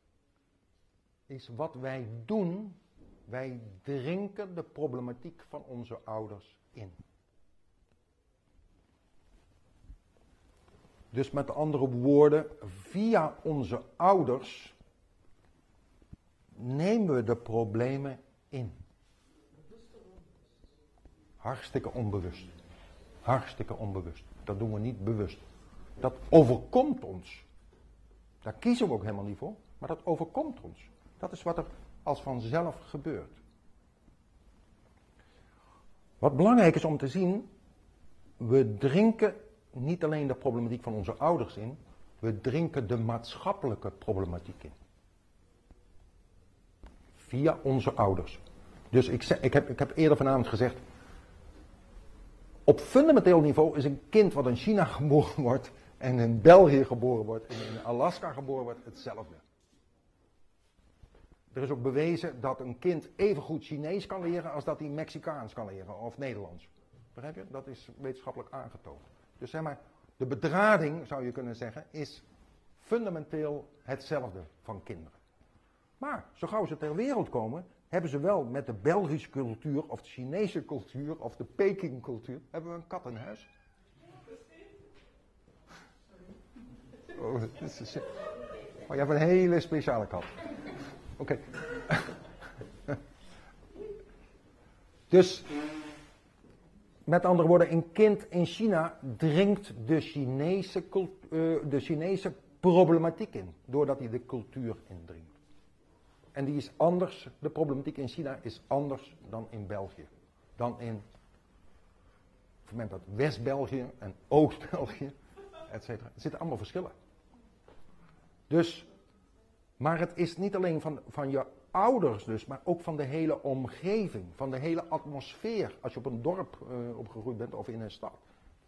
is wat wij doen. Wij drinken de problematiek van onze ouders in. Dus met andere woorden, via onze ouders nemen we de problemen in. Hartstikke onbewust. Hartstikke onbewust. Dat doen we niet bewust. Dat overkomt ons. Daar kiezen we ook helemaal niet voor, maar dat overkomt ons. Dat is wat er als vanzelf gebeurt. Wat belangrijk is om te zien, we drinken niet alleen de problematiek van onze ouders in, we drinken de maatschappelijke problematiek in. Via onze ouders. Dus ik heb eerder vanavond gezegd, op fundamenteel niveau is een kind wat in China geboren wordt en in België geboren wordt en in Alaska geboren wordt hetzelfde. Er is ook bewezen dat een kind even goed Chinees kan leren als dat hij Mexicaans kan leren of Nederlands. Begrijp je? Dat is wetenschappelijk aangetoond. Dus zeg maar, de bedrading zou je kunnen zeggen is fundamenteel hetzelfde van kinderen. Maar zo gauw ze ter wereld komen, hebben ze wel met de Belgische cultuur of de Chinese cultuur of de Peking cultuur, hebben we een kat in huis. Oh, je hebt een hele speciale kat. Oké. Dus, met andere woorden, een kind in China drinkt de Chinese problematiek in, doordat hij de cultuur indringt. En die is anders, de problematiek in China is anders dan in België. Dan in, voor mij dat West-België en Oost-België, etc. Er zitten allemaal verschillen. Dus, maar het is niet alleen van je ouders dus, maar ook van de hele omgeving, van de hele atmosfeer, als je op een dorp opgegroeid bent of in een stad.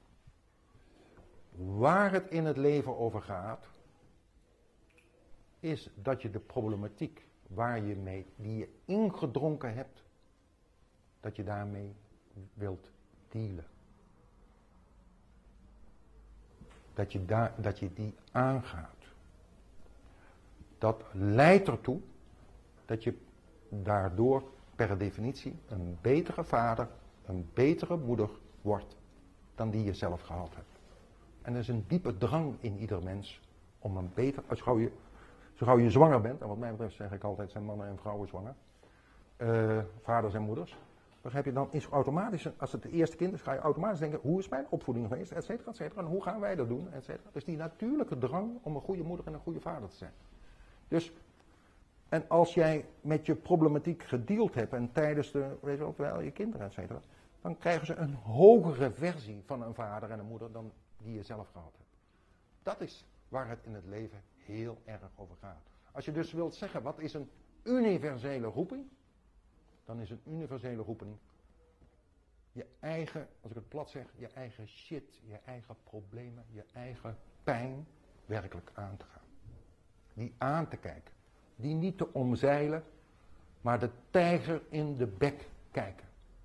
Waar het in het leven over gaat, is dat je de problematiek die je ingedronken hebt, dat je daarmee wilt dealen. Dat je die aangaat. Dat leidt ertoe dat je daardoor per definitie een betere vader, een betere moeder wordt dan die je zelf gehad hebt. En er is een diepe drang in ieder mens om een beter, zo gauw je zwanger bent, en wat mij betreft zeg ik altijd zijn mannen en vrouwen zwanger, vaders en moeders, begrijp je, dan is automatisch, als het eerste kind is, ga je automatisch denken, hoe is mijn opvoeding geweest, et cetera, en hoe gaan wij dat doen, et cetera. Dus die natuurlijke drang om een goede moeder en een goede vader te zijn. Dus, en als jij met je problematiek gedeeld hebt en tijdens weet je wel, je kinderen, et cetera, dan krijgen ze een hogere versie van een vader en een moeder dan die je zelf gehad hebt. Dat is waar het in het leven heel erg over gaat. Als je dus wilt zeggen, wat is een universele roeping? Dan is een universele roeping je eigen, als ik het plat zeg, je eigen shit, je eigen problemen, je eigen pijn werkelijk aan te gaan. Die aan te kijken. Die niet te omzeilen, maar de tijger in de bek kijken.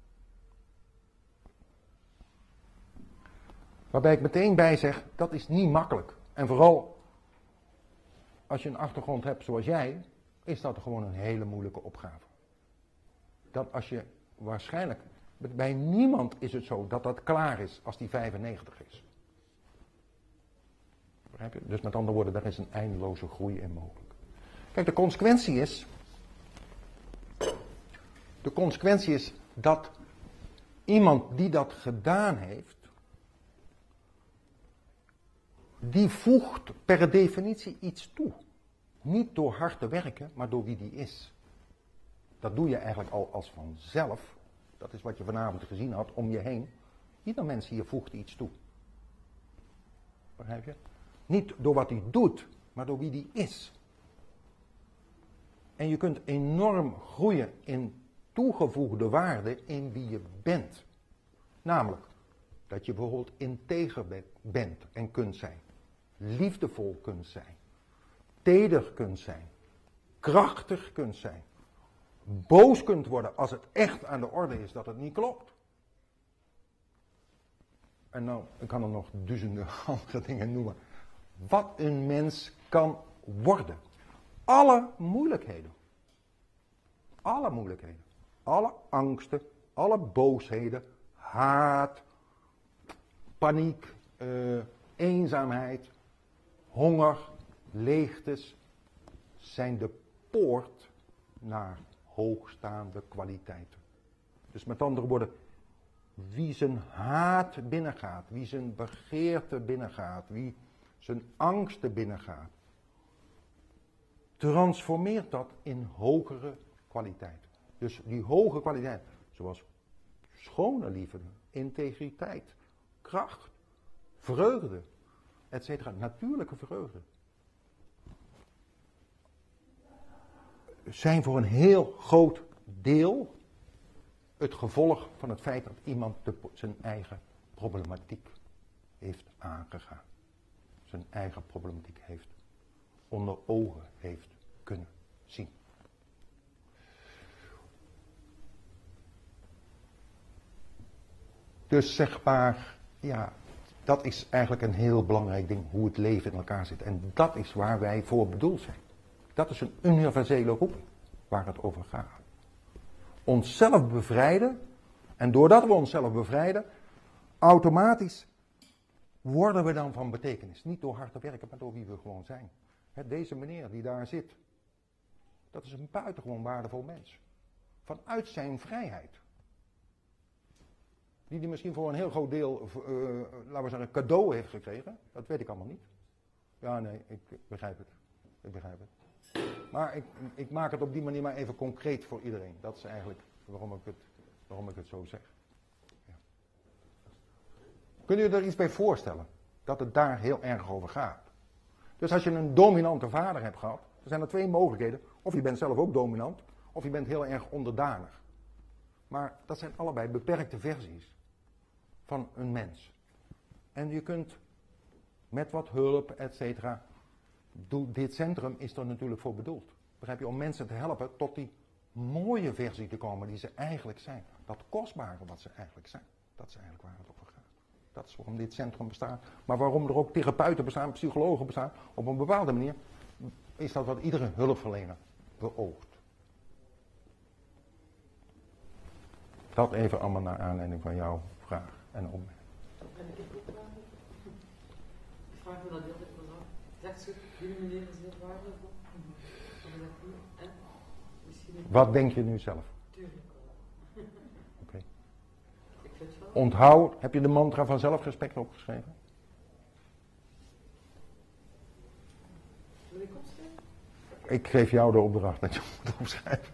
Waarbij ik meteen bij zeg, dat is niet makkelijk. En vooral als je een achtergrond hebt zoals jij, is dat gewoon een hele moeilijke opgave. Dan als je waarschijnlijk, bij niemand is het zo dat dat klaar is als die 95 is. Begrijp je? Dus met andere woorden, daar is een eindeloze groei in mogelijk. Kijk, de consequentie is dat iemand die dat gedaan heeft, die voegt per definitie iets toe. Niet door hard te werken, maar door wie die is. Dat doe je eigenlijk al als vanzelf. Dat is wat je vanavond gezien had om je heen. Ieder mens hier voegt iets toe. Begrijp je? Niet door wat hij doet, maar door wie hij is. En je kunt enorm groeien in toegevoegde waarde in wie je bent. Namelijk, dat je bijvoorbeeld integer bent en kunt zijn. Liefdevol kunt zijn. Teder kunt zijn. Krachtig kunt zijn. Boos kunt worden als het echt aan de orde is dat het niet klopt. En nou, ik kan er nog duizenden andere dingen noemen. Wat een mens kan worden. Alle moeilijkheden. Alle moeilijkheden. Alle angsten. Alle boosheden. Haat. Paniek. Eenzaamheid. Honger. Leegtes. Zijn de poort naar hoogstaande kwaliteiten. Dus met andere woorden, wie zijn haat binnengaat, wie zijn begeerte binnengaat, wie zijn angsten binnengaat, transformeert dat in hogere kwaliteiten. Dus die hoge kwaliteit, zoals schone liefde, integriteit, kracht, vreugde, etc. Natuurlijke vreugde. Zijn voor een heel groot deel het gevolg van het feit dat iemand zijn eigen problematiek heeft aangegaan. Zijn eigen problematiek heeft onder ogen heeft kunnen zien. Dus zeg maar, ja, dat is eigenlijk een heel belangrijk ding, hoe het leven in elkaar zit. En dat is waar wij voor bedoeld zijn. Dat is een universele roeping waar het over gaat. Onszelf bevrijden. En doordat we onszelf bevrijden, automatisch worden we dan van betekenis. Niet door hard te werken, maar door wie we gewoon zijn. Deze meneer die daar zit, dat is een buitengewoon waardevol mens. Vanuit zijn vrijheid. Die hij misschien voor een heel groot deel, laten we zeggen, cadeau heeft gekregen. Dat weet ik allemaal niet. Ja, nee, ik begrijp het. Ik begrijp het. Maar ik maak het op die manier maar even concreet voor iedereen. Dat is eigenlijk waarom ik het zo zeg. Ja. Kun je er iets bij voorstellen? Dat het daar heel erg over gaat. Dus als je een dominante vader hebt gehad, dan zijn er twee mogelijkheden. Of je bent zelf ook dominant, of je bent heel erg onderdanig. Maar dat zijn allebei beperkte versies van een mens. En je kunt met wat hulp, et cetera. Dit centrum is er natuurlijk voor bedoeld. Begrijp je? Om mensen te helpen tot die mooie versie te komen die ze eigenlijk zijn. Dat kostbare wat ze eigenlijk zijn. Dat is eigenlijk waar het over gaat. Dat is waarom dit centrum bestaat. Maar waarom er ook therapeuten bestaan, psychologen bestaan. Op een bepaalde manier is dat wat iedere hulpverlener beoogt. Dat even allemaal naar aanleiding van jouw vraag en opmerking. En ik heb ook ik vraag me dat heel erg af. Zegt ze, jullie meneer is heel waardevol. Wat denk je nu zelf? Tuurlijk. Oké. Ik vind het wel. Onthoud, heb je de mantra van zelfrespect opgeschreven? Wil ik opschrijven? Ik geef jou de opdracht dat je moet opschrijven.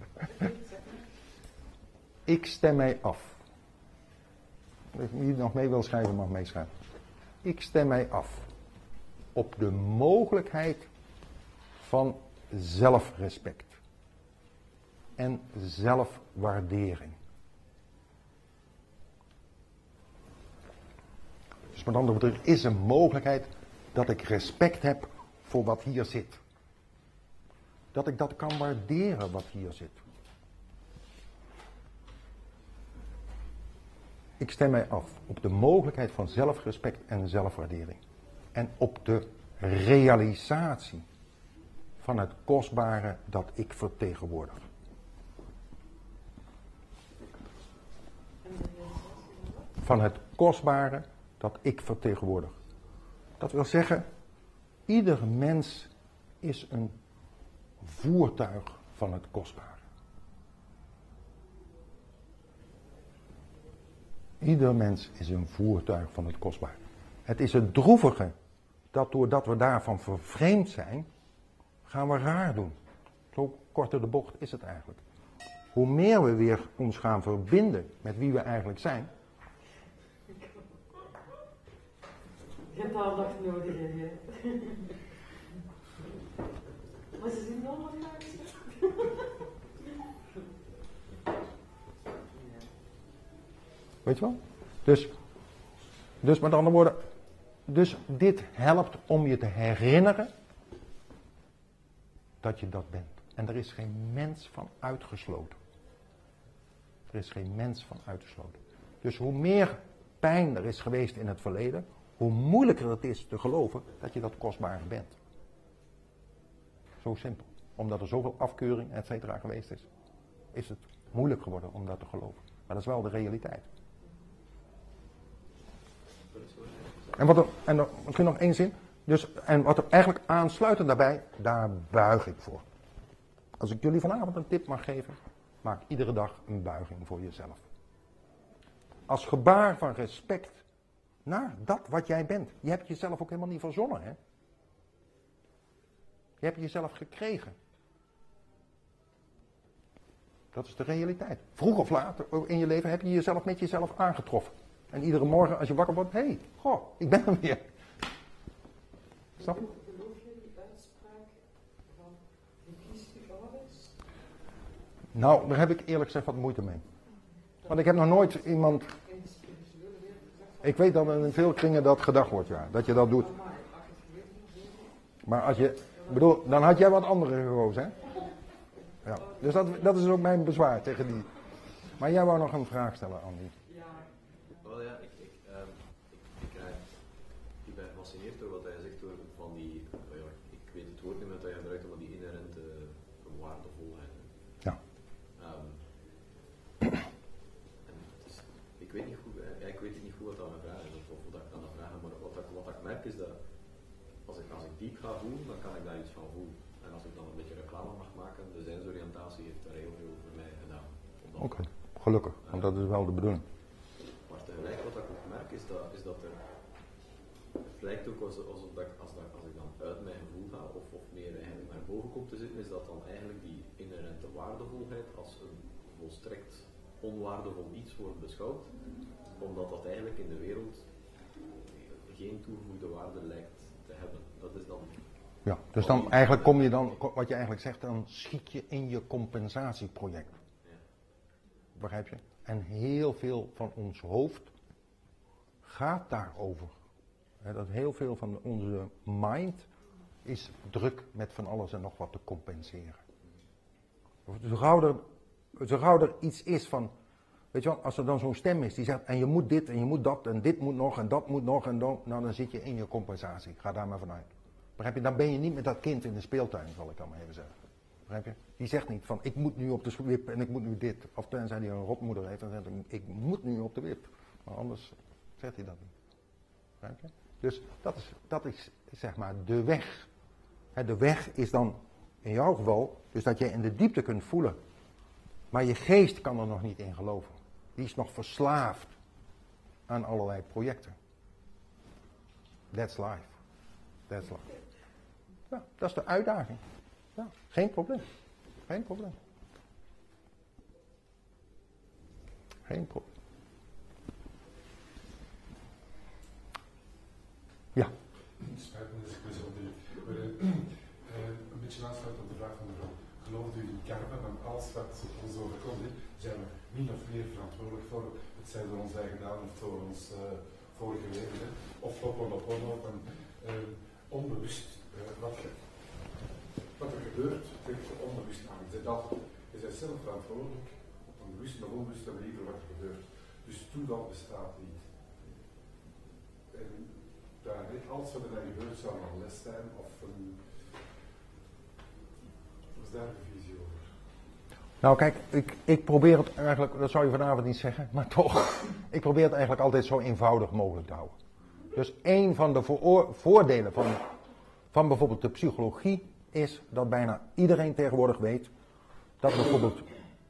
Ik stem mij af. Wie nog mee wil schrijven, mag meeschrijven. Ik stem mij af op de mogelijkheid van zelfrespect en zelfwaardering. Dus met andere woorden, er is een mogelijkheid dat ik respect heb voor wat hier zit. Dat ik dat kan waarderen wat hier zit. Ik stem mij af op de mogelijkheid van zelfrespect en zelfwaardering. En op de realisatie van het kostbare dat ik vertegenwoordig. Van het kostbare dat ik vertegenwoordig. Dat wil zeggen, ieder mens is een voertuig van het kostbare. Ieder mens is een voertuig van het kostbare. Het is het droevige dat doordat we daarvan vervreemd zijn, gaan we raar doen. Zo korter de bocht is het eigenlijk. Hoe meer we weer ons gaan verbinden met wie we eigenlijk zijn, Je hebt aandacht nodig, hè. Maar ze zien allemaal niet. Weet je wel? Dus met andere woorden, dus dit helpt om je te herinneren dat je dat bent. En er is geen mens van uitgesloten. Er is geen mens van uitgesloten. Dus hoe meer pijn er is geweest in het verleden, hoe moeilijker het is te geloven dat je dat kostbare bent. Zo simpel. Omdat er zoveel afkeuring, et cetera, geweest is het moeilijk geworden om dat te geloven. Maar dat is wel de realiteit. En dan misschien nog één zin. Dus, en wat er eigenlijk aansluitend daarbij, daar buig ik voor. Als ik jullie vanavond een tip mag geven, maak iedere dag een buiging voor jezelf. Als gebaar van respect naar dat wat jij bent. Je hebt jezelf ook helemaal niet verzonnen, hè? Je hebt jezelf gekregen. Dat is de realiteit. Vroeg of laat in je leven heb je jezelf met jezelf aangetroffen. En iedere morgen als je wakker wordt, hé, goh, ik ben er weer. Snap je? Geloof je die uitspraak van verkies je ouders? Nou, daar heb ik eerlijk gezegd wat moeite mee. Want ik heb nog nooit iemand... In de spirituele wereld gezegd van... Ik weet dat er in veel kringen dat gedacht wordt, ja. Dat je dat doet. Amai, als je het geweten hebt, Maar als je... Ik bedoel, dan had jij wat andere gekozen, hè? Ja. Dus dat is ook mijn bezwaar tegen die... Maar jij wou nog een vraag stellen, Andy. ja, Wel ja, ik ben gefascineerd door wat hij zegt over van die, ja, ik weet het woord niet meer dat hij gebruikt, maar die inherente waardevolheid. Ja. En het is, ik weet niet goed, ik weet niet goed wat dat mijn vraag is, of wat ik kan dat vragen, maar wat ik merk is dat als ik diep ga voelen, dan kan ik daar iets van voelen. En als ik dan een beetje reclame mag maken, de zijnsoriëntatie heeft daar heel veel voor mij gedaan. Oké, gelukkig, want dat is wel de bedoeling. Maar tegelijk wat ik ook merk is dat er, het lijkt ook alsof als ik dan uit mijn gevoel ga of meer eigenlijk naar boven komt te zitten, is dat dan eigenlijk die inherente waardevolheid als een volstrekt onwaardevol iets wordt beschouwd, omdat dat eigenlijk in de wereld geen toegevoegde waarde lijkt te hebben. Dat is dan... Ja, dus dan eigenlijk kom je dan, wat je eigenlijk zegt, dan schiet je in je compensatieproject. Ja. Begrijp je? En heel veel van ons hoofd gaat daarover. Dat heel veel van onze mind is druk met van alles en nog wat te compenseren. Zo gauw er iets is van, weet je wel, als er dan zo'n stem is die zegt, en je moet dit en je moet dat en dit moet nog en dat moet nog en dan, nou dan zit je in je compensatie. Ga daar maar vanuit. Begrijp je? Dan ben je niet met dat kind in de speeltuin, zal ik dan maar even zeggen. Begrijp je? Die zegt niet van, ik moet nu op de wip en ik moet nu dit. Of tenzij hij een rotmoeder heeft, dan zegt hij, ik moet nu op de wip. Maar anders zegt hij dat niet. Begrijp je? Dus dat is zeg maar de weg. De weg is dan in jouw geval, dus dat je in de diepte kunt voelen. Maar je geest kan er nog niet in geloven. Die is nog verslaafd aan allerlei projecten. That's life. That's life. Ja, dat is de uitdaging. Ja, geen probleem. Geen probleem. Geen probleem. Ja. Het spijt me dat ik me zo deed. Maar een beetje aansluit op de vraag van mevrouw. Gelooft u in karma? Want alles wat ons overkomt, zijn we min of meer verantwoordelijk voor. Het zij door ons eigen gedaan of door ons vorige leven. Of Ho'oponopono, van onbewust wat er gebeurt, trekt je onbewust aan. Je bent zelf verantwoordelijk, op een bewuste of onbewuste manier voor wat er gebeurt. Dus toeval bestaat niet. En alles wat er dan gebeurt zou een les zijn of een... Wat is daar een visie over? Nou kijk, ik probeer het eigenlijk, dat zou je vanavond niet zeggen, maar toch, ik probeer het eigenlijk altijd zo eenvoudig mogelijk te houden. Dus een van de voordelen van bijvoorbeeld de psychologie is dat bijna iedereen tegenwoordig weet dat bijvoorbeeld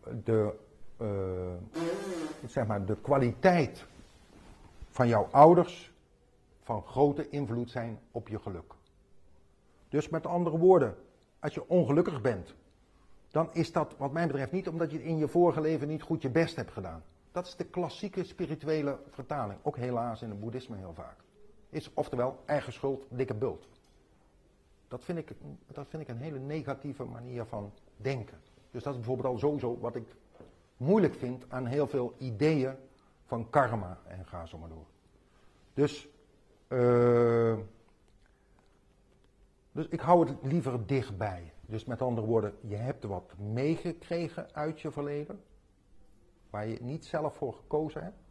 de kwaliteit van jouw ouders van grote invloed zijn op je geluk. Dus met andere woorden, als je ongelukkig bent, dan is dat wat mij betreft niet omdat je in je vorige leven niet goed je best hebt gedaan. Dat is de klassieke spirituele vertaling, ook helaas in het boeddhisme heel vaak. is oftewel eigen schuld, dikke bult. Dat vind ik een hele negatieve manier van denken. Dus dat is bijvoorbeeld al sowieso wat ik moeilijk vind aan heel veel ideeën van karma en ga zo maar door. Dus ik hou het liever dichtbij. Dus met andere woorden, je hebt wat meegekregen uit je verleden, waar je niet zelf voor gekozen hebt.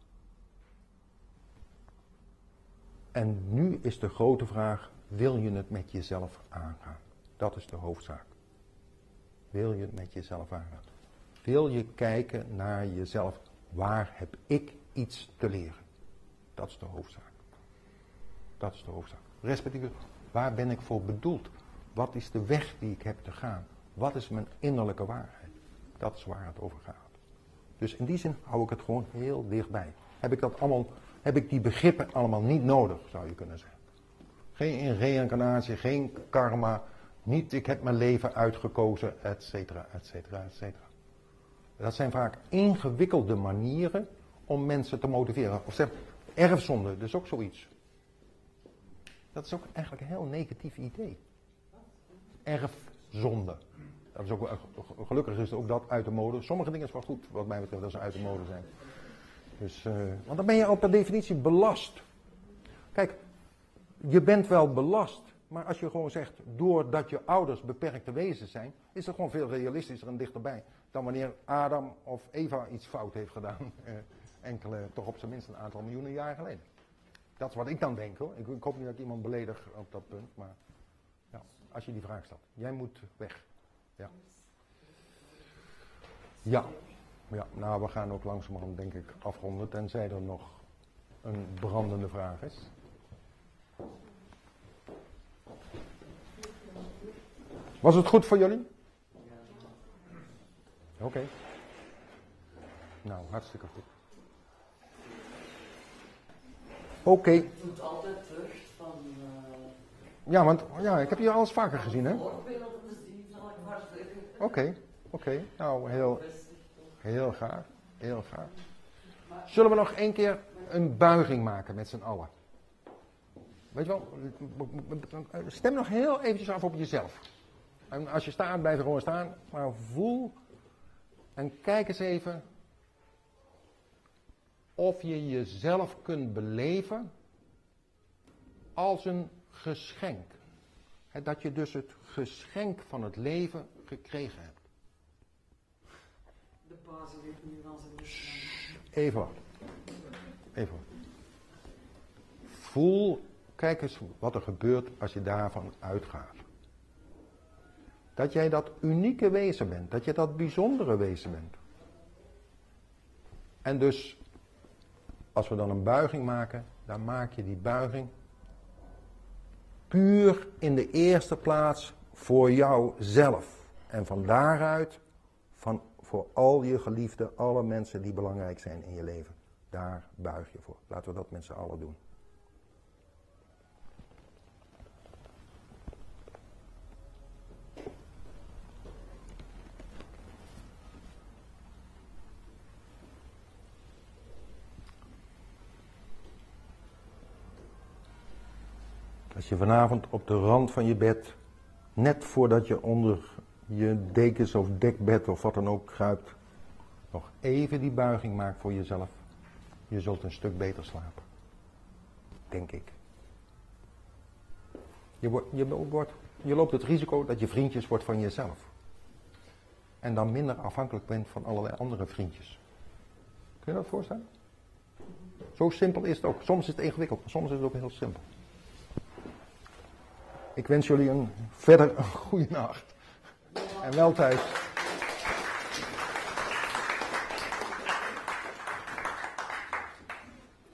En nu is de grote vraag, wil je het met jezelf aangaan? Dat is de hoofdzaak. Wil je het met jezelf aangaan? Wil je kijken naar jezelf, waar heb ik iets te leren? Dat is de hoofdzaak. Dat is de hoofdzaak. Respectievelijk, waar ben ik voor bedoeld? Wat is de weg die ik heb te gaan? Wat is mijn innerlijke waarheid? Dat is waar het over gaat. Dus in die zin hou ik het gewoon heel dichtbij. Heb ik die begrippen allemaal niet nodig, zou je kunnen zeggen. Geen reïncarnatie, geen karma, niet ik heb mijn leven uitgekozen, et cetera, et cetera, et cetera. Dat zijn vaak ingewikkelde manieren om mensen te motiveren. Of zeg, erfzonde, dat is ook zoiets. Dat is ook eigenlijk een heel negatief idee. Erfzonde. Dat is ook, gelukkig is ook dat uit de mode. Sommige dingen is wel goed, wat mij betreft, dat ze uit de mode zijn. Dus, want dan ben je al per definitie belast. Kijk, je bent wel belast. Maar als je gewoon zegt, doordat je ouders beperkte wezens zijn, is het gewoon veel realistischer en dichterbij. Dan wanneer Adam of Eva iets fout heeft gedaan. Toch op zijn minst een aantal miljoenen jaar geleden. Dat is wat ik dan denk hoor. Ik hoop niet dat ik iemand beledig op dat punt. Maar ja, als je die vraag stelt. Jij moet weg. Ja. Ja. Ja, nou we gaan ook langzamerhand denk ik afronden. Tenzij er nog een brandende vraag is. Was het goed voor jullie? Oké. Nou, hartstikke goed. Oké. Het doet altijd terug van... Ja, want ik heb hier alles vaker gezien, hè? Voorbeelden te zien, zal ik maar zeggen. Oké. Nou, heel gaaf. Heel gaaf. Zullen we nog één keer een buiging maken met z'n allen? Weet je wel, stem nog heel eventjes af op jezelf. En als je staat, blijf er gewoon staan. Maar voel en kijk eens even of je jezelf kunt beleven als een geschenk. Dat je dus het geschenk van het leven gekregen hebt. De baas weet nu wel zijn lichaam. Even wat. Voel, kijk eens wat er gebeurt als je daarvan uitgaat. Dat jij dat unieke wezen bent. Dat je dat bijzondere wezen bent. En dus, als we dan een buiging maken, dan maak je die buiging puur in de eerste plaats voor jouzelf. En van daaruit, voor al je geliefden, alle mensen die belangrijk zijn in je leven. Daar buig je voor. Laten we dat met z'n allen doen. Als je vanavond op de rand van je bed, net voordat je onder je dekens of dekbed of wat dan ook kruipt, nog even die buiging maakt voor jezelf, je zult een stuk beter slapen. Denk ik. Je loopt het risico dat je vriendjes wordt van jezelf. En dan minder afhankelijk bent van allerlei andere vriendjes. Kun je dat voorstellen? Zo simpel is het ook. Soms is het ingewikkeld, maar soms is het ook heel simpel. Ik wens jullie verder een goede nacht. En wel thuis.